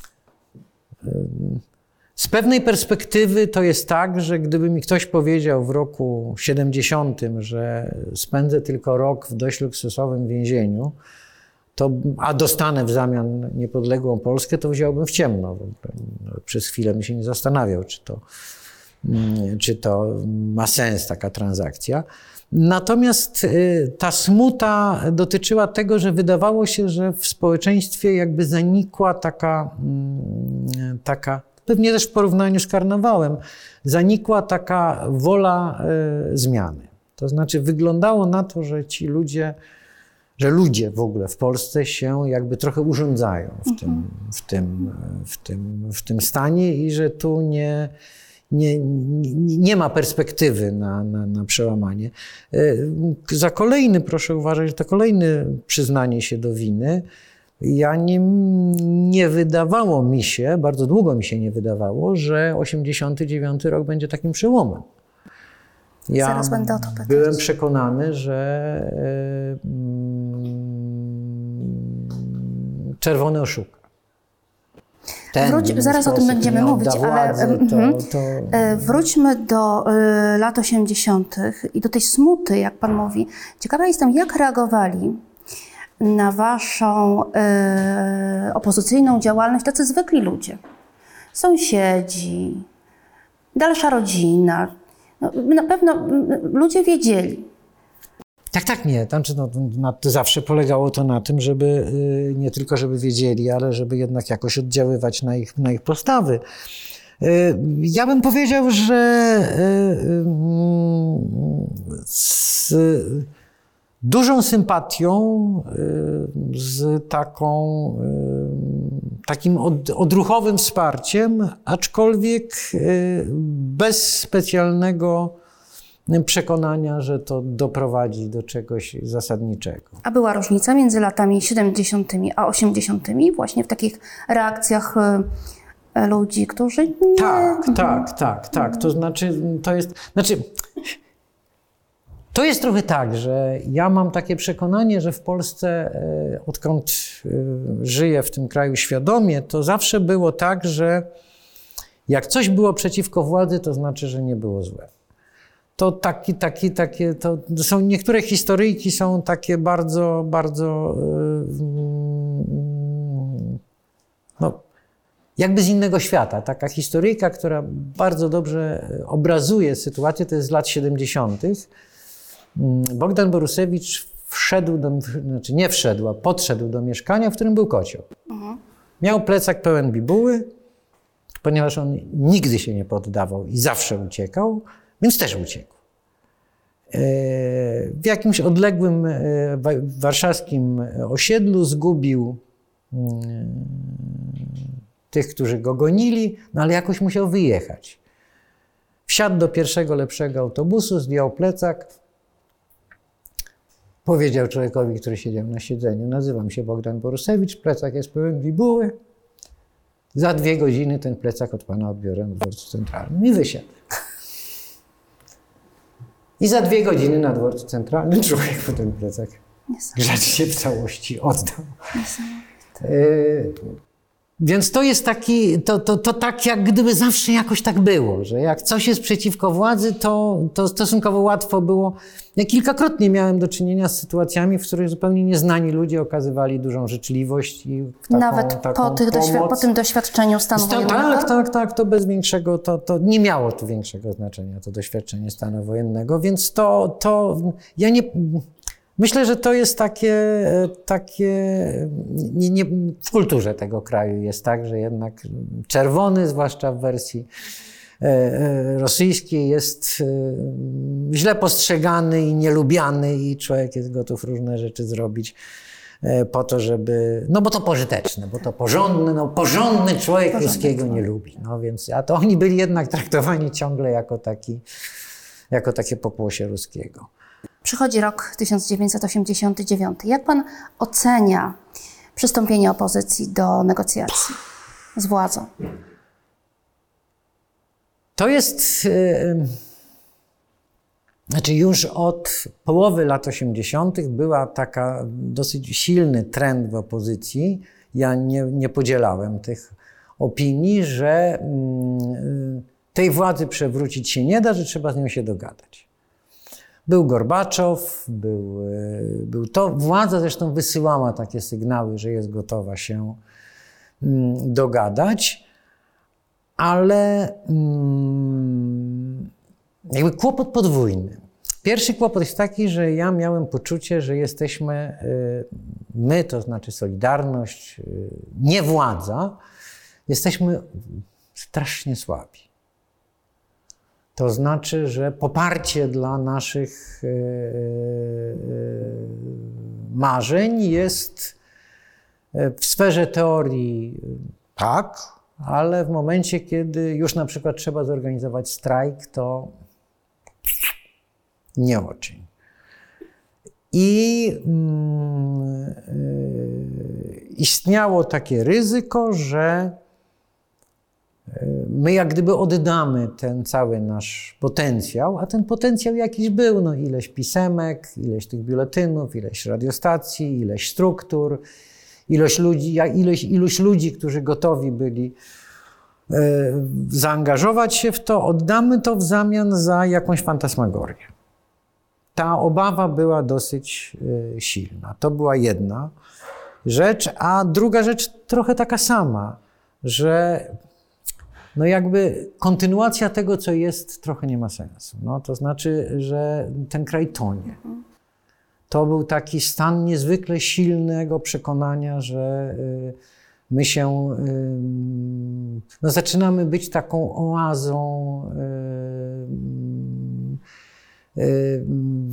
z pewnej perspektywy to jest tak, że gdyby mi ktoś powiedział w roku siedemdziesiątym, że spędzę tylko rok w dość luksusowym więzieniu, to, a dostanę w zamian niepodległą Polskę, to wziąłbym w ciemno. Przez chwilę bym się nie zastanawiał, czy to, czy to ma sens, taka transakcja. Natomiast ta smuta dotyczyła tego, że wydawało się, że w społeczeństwie jakby zanikła taka, taka pewnie też w porównaniu z karnawałem, zanikła taka wola zmiany. To znaczy wyglądało na to, że ci ludzie że ludzie w ogóle w Polsce się jakby trochę urządzają w tym, w tym, w tym, w tym stanie i że tu nie, nie, nie, nie ma perspektywy na, na, na przełamanie. Za kolejny, proszę uważać, że to kolejne przyznanie się do winy. Ja nie, nie wydawało mi się, bardzo długo mi się nie wydawało, że osiemdziesiąty dziewiąty rok będzie takim przełomem. Ja Zaraz będę o to pytać. Byłem przekonany, że yy, czerwony oszuka. Ten, Wróć, zaraz o tym będziemy mówić, władzy, ale to, to... wróćmy do y, lat osiemdziesiątych i do tej smuty, jak pan mówi. Ciekawa jestem, jak reagowali na waszą y, opozycyjną działalność tacy zwykli ludzie. Sąsiedzi, dalsza rodzina. No, na pewno ludzie wiedzieli. Tak, tak, nie. Znaczy, no, no, to zawsze polegało to na tym, żeby y, nie tylko żeby wiedzieli, ale żeby jednak jakoś oddziaływać na ich, na ich postawy. Y, ja bym powiedział, że y, y, z dużą sympatią, y, z taką, y, takim od, odruchowym wsparciem, aczkolwiek y, bez specjalnego przekonania, że to doprowadzi do czegoś zasadniczego. A była różnica między latami siedemdziesiątymi a osiemdziesiątymi właśnie w takich reakcjach y, ludzi, którzy nie... Tak, tak, tak, tak. To znaczy, to jest... Znaczy, to jest trochę tak, że ja mam takie przekonanie, że w Polsce, odkąd żyję w tym kraju świadomie, to zawsze było tak, że Jak coś było przeciwko władzy, to znaczy, że nie było złe. To taki, taki, takie, to są niektóre historyjki są takie bardzo, bardzo no, jakby z innego świata. Taka historyjka, która bardzo dobrze obrazuje sytuację, to jest z lat siedemdziesiątych. Bogdan Borusewicz wszedł, do, znaczy nie wszedł, a podszedł do mieszkania, w którym był kocioł. Mhm. Miał plecak pełen bibuły, ponieważ on nigdy się nie poddawał i zawsze uciekał, więc też uciekł. W jakimś odległym warszawskim osiedlu zgubił tych, którzy go gonili, no ale jakoś musiał wyjechać. Wsiadł do pierwszego lepszego autobusu, zdjął plecak, powiedział człowiekowi, który siedział na siedzeniu: nazywam się Bogdan Borusewicz, plecak jest pełen bibuły. Za dwie godziny ten plecak od pana odbiorę na dworcu centralnym i wysiadł. I za dwie godziny na dworcu centralnym człowiek po ten plecak grzecznie w całości oddał. Yy, więc to jest taki, to, to, to tak jak gdyby zawsze jakoś tak było, że jak coś jest przeciwko władzy, to, to stosunkowo łatwo było. Ja kilkakrotnie miałem do czynienia z sytuacjami, w których zupełnie nieznani ludzie okazywali dużą życzliwość i taką, nawet taką po, tych doświ- po tym doświadczeniu stanu Sta- wojennego? Tak, tak, tak, to bez większego, to, to nie miało tu większego znaczenia, to doświadczenie stanu wojennego, więc to, to ja nie... Myślę, że to jest takie, takie nie, nie, w kulturze tego kraju jest tak, że jednak czerwony, zwłaszcza w wersji rosyjskiej, jest źle postrzegany i nielubiany i człowiek jest gotów różne rzeczy zrobić po to, żeby, no bo to pożyteczne, bo to porządny, no porządny człowiek ruskiego nie lubi, no więc, a to oni byli jednak traktowani ciągle jako taki, jako takie pokłosie ruskiego. Przychodzi rok tysiąc dziewięćset osiemdziesiąty dziewiąty. Jak pan ocenia przystąpienie opozycji do negocjacji z władzą? To jest, yy, znaczy już od połowy lat osiemdziesiątych była taka dosyć silny trend w opozycji. Ja nie, nie podzielałem tych opinii, że yy, tej władzy przewrócić się nie da, że trzeba z nią się dogadać. Był Gorbaczow, był, był to. Władza zresztą wysyłała takie sygnały, że jest gotowa się mm, dogadać, ale mm, jakby kłopot podwójny. Pierwszy kłopot jest taki, że ja miałem poczucie, że jesteśmy, y, my, to znaczy Solidarność, y, nie władza, jesteśmy strasznie słabi. To znaczy, że poparcie dla naszych marzeń jest w sferze teorii tak, ale w momencie, kiedy już na przykład trzeba zorganizować strajk, to nie очень. I mm, istniało takie ryzyko, że my jak gdyby oddamy ten cały nasz potencjał, a ten potencjał jakiś był, no ileś pisemek, ileś tych biuletynów, ileś radiostacji, ileś struktur, ilość ludzi, ilość, ilość ludzi, którzy gotowi byli e, zaangażować się w to, oddamy to w zamian za jakąś fantasmagorię. Ta obawa była dosyć e, silna. To była jedna rzecz, a druga rzecz trochę taka sama, że no jakby kontynuacja tego, co jest, trochę nie ma sensu. No, to znaczy, że ten kraj tonie. To był taki stan niezwykle silnego przekonania, że y, my się, y, no zaczynamy być taką oazą y, y,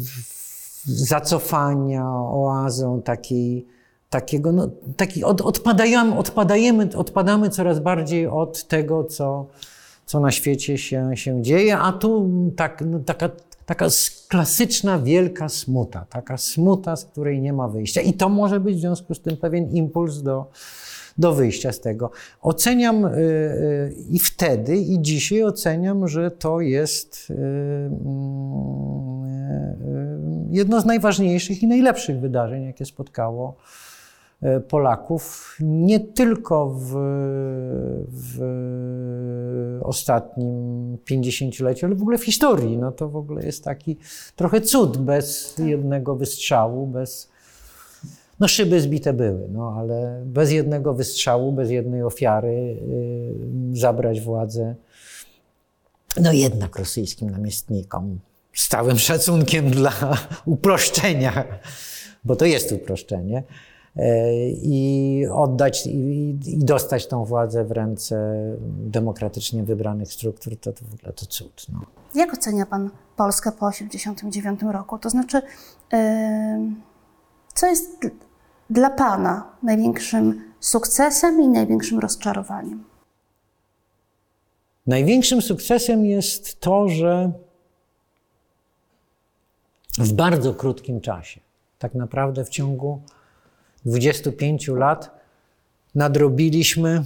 zacofania, oazą takiej, takiego, no, taki od, odpadajemy, odpadajemy, odpadamy coraz bardziej od tego, co, co na świecie się, się dzieje, a tu tak, no, taka, taka klasyczna, wielka smuta, taka smuta, z której nie ma wyjścia. I to może być w związku z tym pewien impuls do, do wyjścia z tego. Oceniam y, y, i wtedy, i dzisiaj oceniam, że to jest y, y, y, jedno z najważniejszych i najlepszych wydarzeń, jakie spotkało Polaków, nie tylko w, w ostatnim pięćdziesięcioleciu, ale w ogóle w historii. No to w ogóle jest taki trochę cud, bez jednego wystrzału, bez... No szyby zbite były, no ale bez jednego wystrzału, bez jednej ofiary yy, zabrać władzę, no jednak rosyjskim namiestnikom, z całym szacunkiem dla uproszczenia, bo to jest uproszczenie, i oddać i, i dostać tą władzę w ręce demokratycznie wybranych struktur, to, to w ogóle to cud. No. Jak ocenia pan Polskę po osiemdziesiątym dziewiątym roku? To znaczy, yy, co jest d- dla pana największym sukcesem i największym rozczarowaniem? Największym sukcesem jest to, że w bardzo krótkim czasie, tak naprawdę w ciągu dwudziestu pięciu lat nadrobiliśmy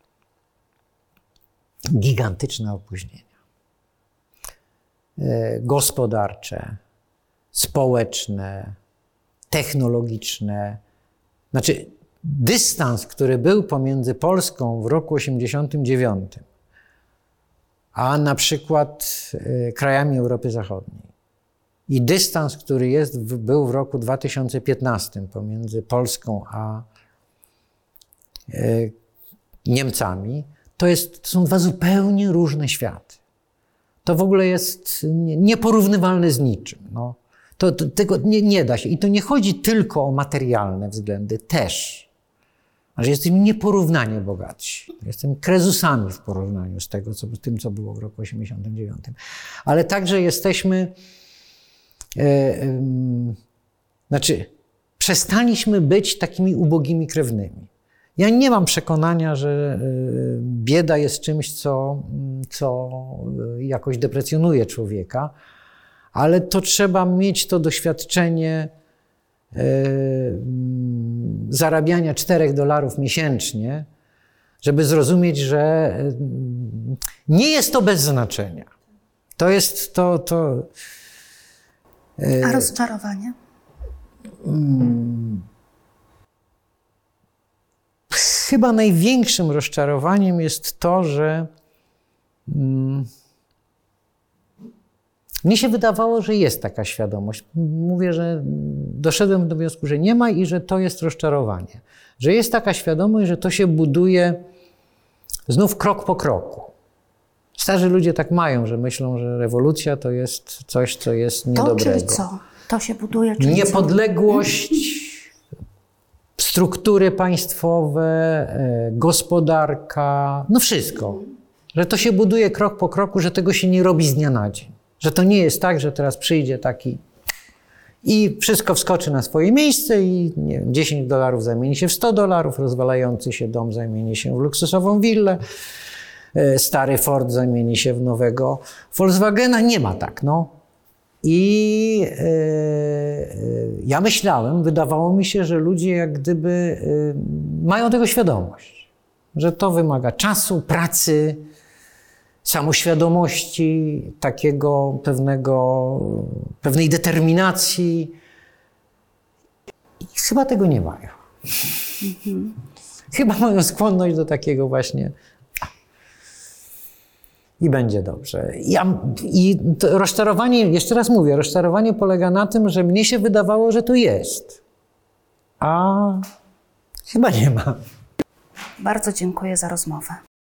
gigantyczne opóźnienia gospodarcze, społeczne, technologiczne. Znaczy dystans, który był pomiędzy Polską w roku osiemdziesiątym dziewiątym, a na przykład krajami Europy Zachodniej, i dystans, który jest, był w roku dwa tysiące piętnastym pomiędzy Polską a y, Niemcami, to, jest, to są dwa zupełnie różne światy. To w ogóle jest nieporównywalne z niczym. No. To, to, tego nie, nie da się. I to nie chodzi tylko o materialne względy, też. Ale jesteśmy nieporównanie bogatsi. Jesteśmy krezusami w porównaniu z tego, co, z tym, co było w roku osiemdziesiątym dziewiątym. Ale także jesteśmy... Yy, yy, znaczy, przestaliśmy być takimi ubogimi krewnymi. Ja nie mam przekonania, że yy, bieda jest czymś, co, co yy, jakoś deprecjonuje człowieka, ale to trzeba mieć to doświadczenie yy, zarabiania czterech dolarów miesięcznie, żeby zrozumieć, że yy, nie jest to bez znaczenia. To jest to... to A rozczarowanie? Chyba największym rozczarowaniem jest to, że mm, mnie się wydawało, że jest taka świadomość. Mówię, że doszedłem do wniosku, że nie ma i że to jest rozczarowanie. Że jest taka świadomość, że to się buduje znów krok po kroku. Starzy ludzie tak mają, że myślą, że rewolucja to jest coś, co jest niedobrego. To czyli co? To się buduje, czyli Niepodległość, co? Struktury państwowe, gospodarka, no wszystko. Że to się buduje krok po kroku, że tego się nie robi z dnia na dzień. Że to nie jest tak, że teraz przyjdzie taki i wszystko wskoczy na swoje miejsce i nie wiem, dziesięć dolarów zamieni się w sto dolarów, rozwalający się dom zamieni się w luksusową willę, stary Ford zamieni się w nowego Volkswagena. Nie ma tak, no. I yy, ja myślałem, wydawało mi się, że ludzie jak gdyby yy, mają tego świadomość, że to wymaga czasu, pracy, samoświadomości, takiego pewnego, pewnej determinacji. I chyba tego nie mają. Mm-hmm. Chyba mają skłonność do takiego właśnie i będzie dobrze. Ja, I to rozczarowanie, jeszcze raz mówię, rozczarowanie polega na tym, że mnie się wydawało, że to jest. A chyba nie ma. Bardzo dziękuję za rozmowę.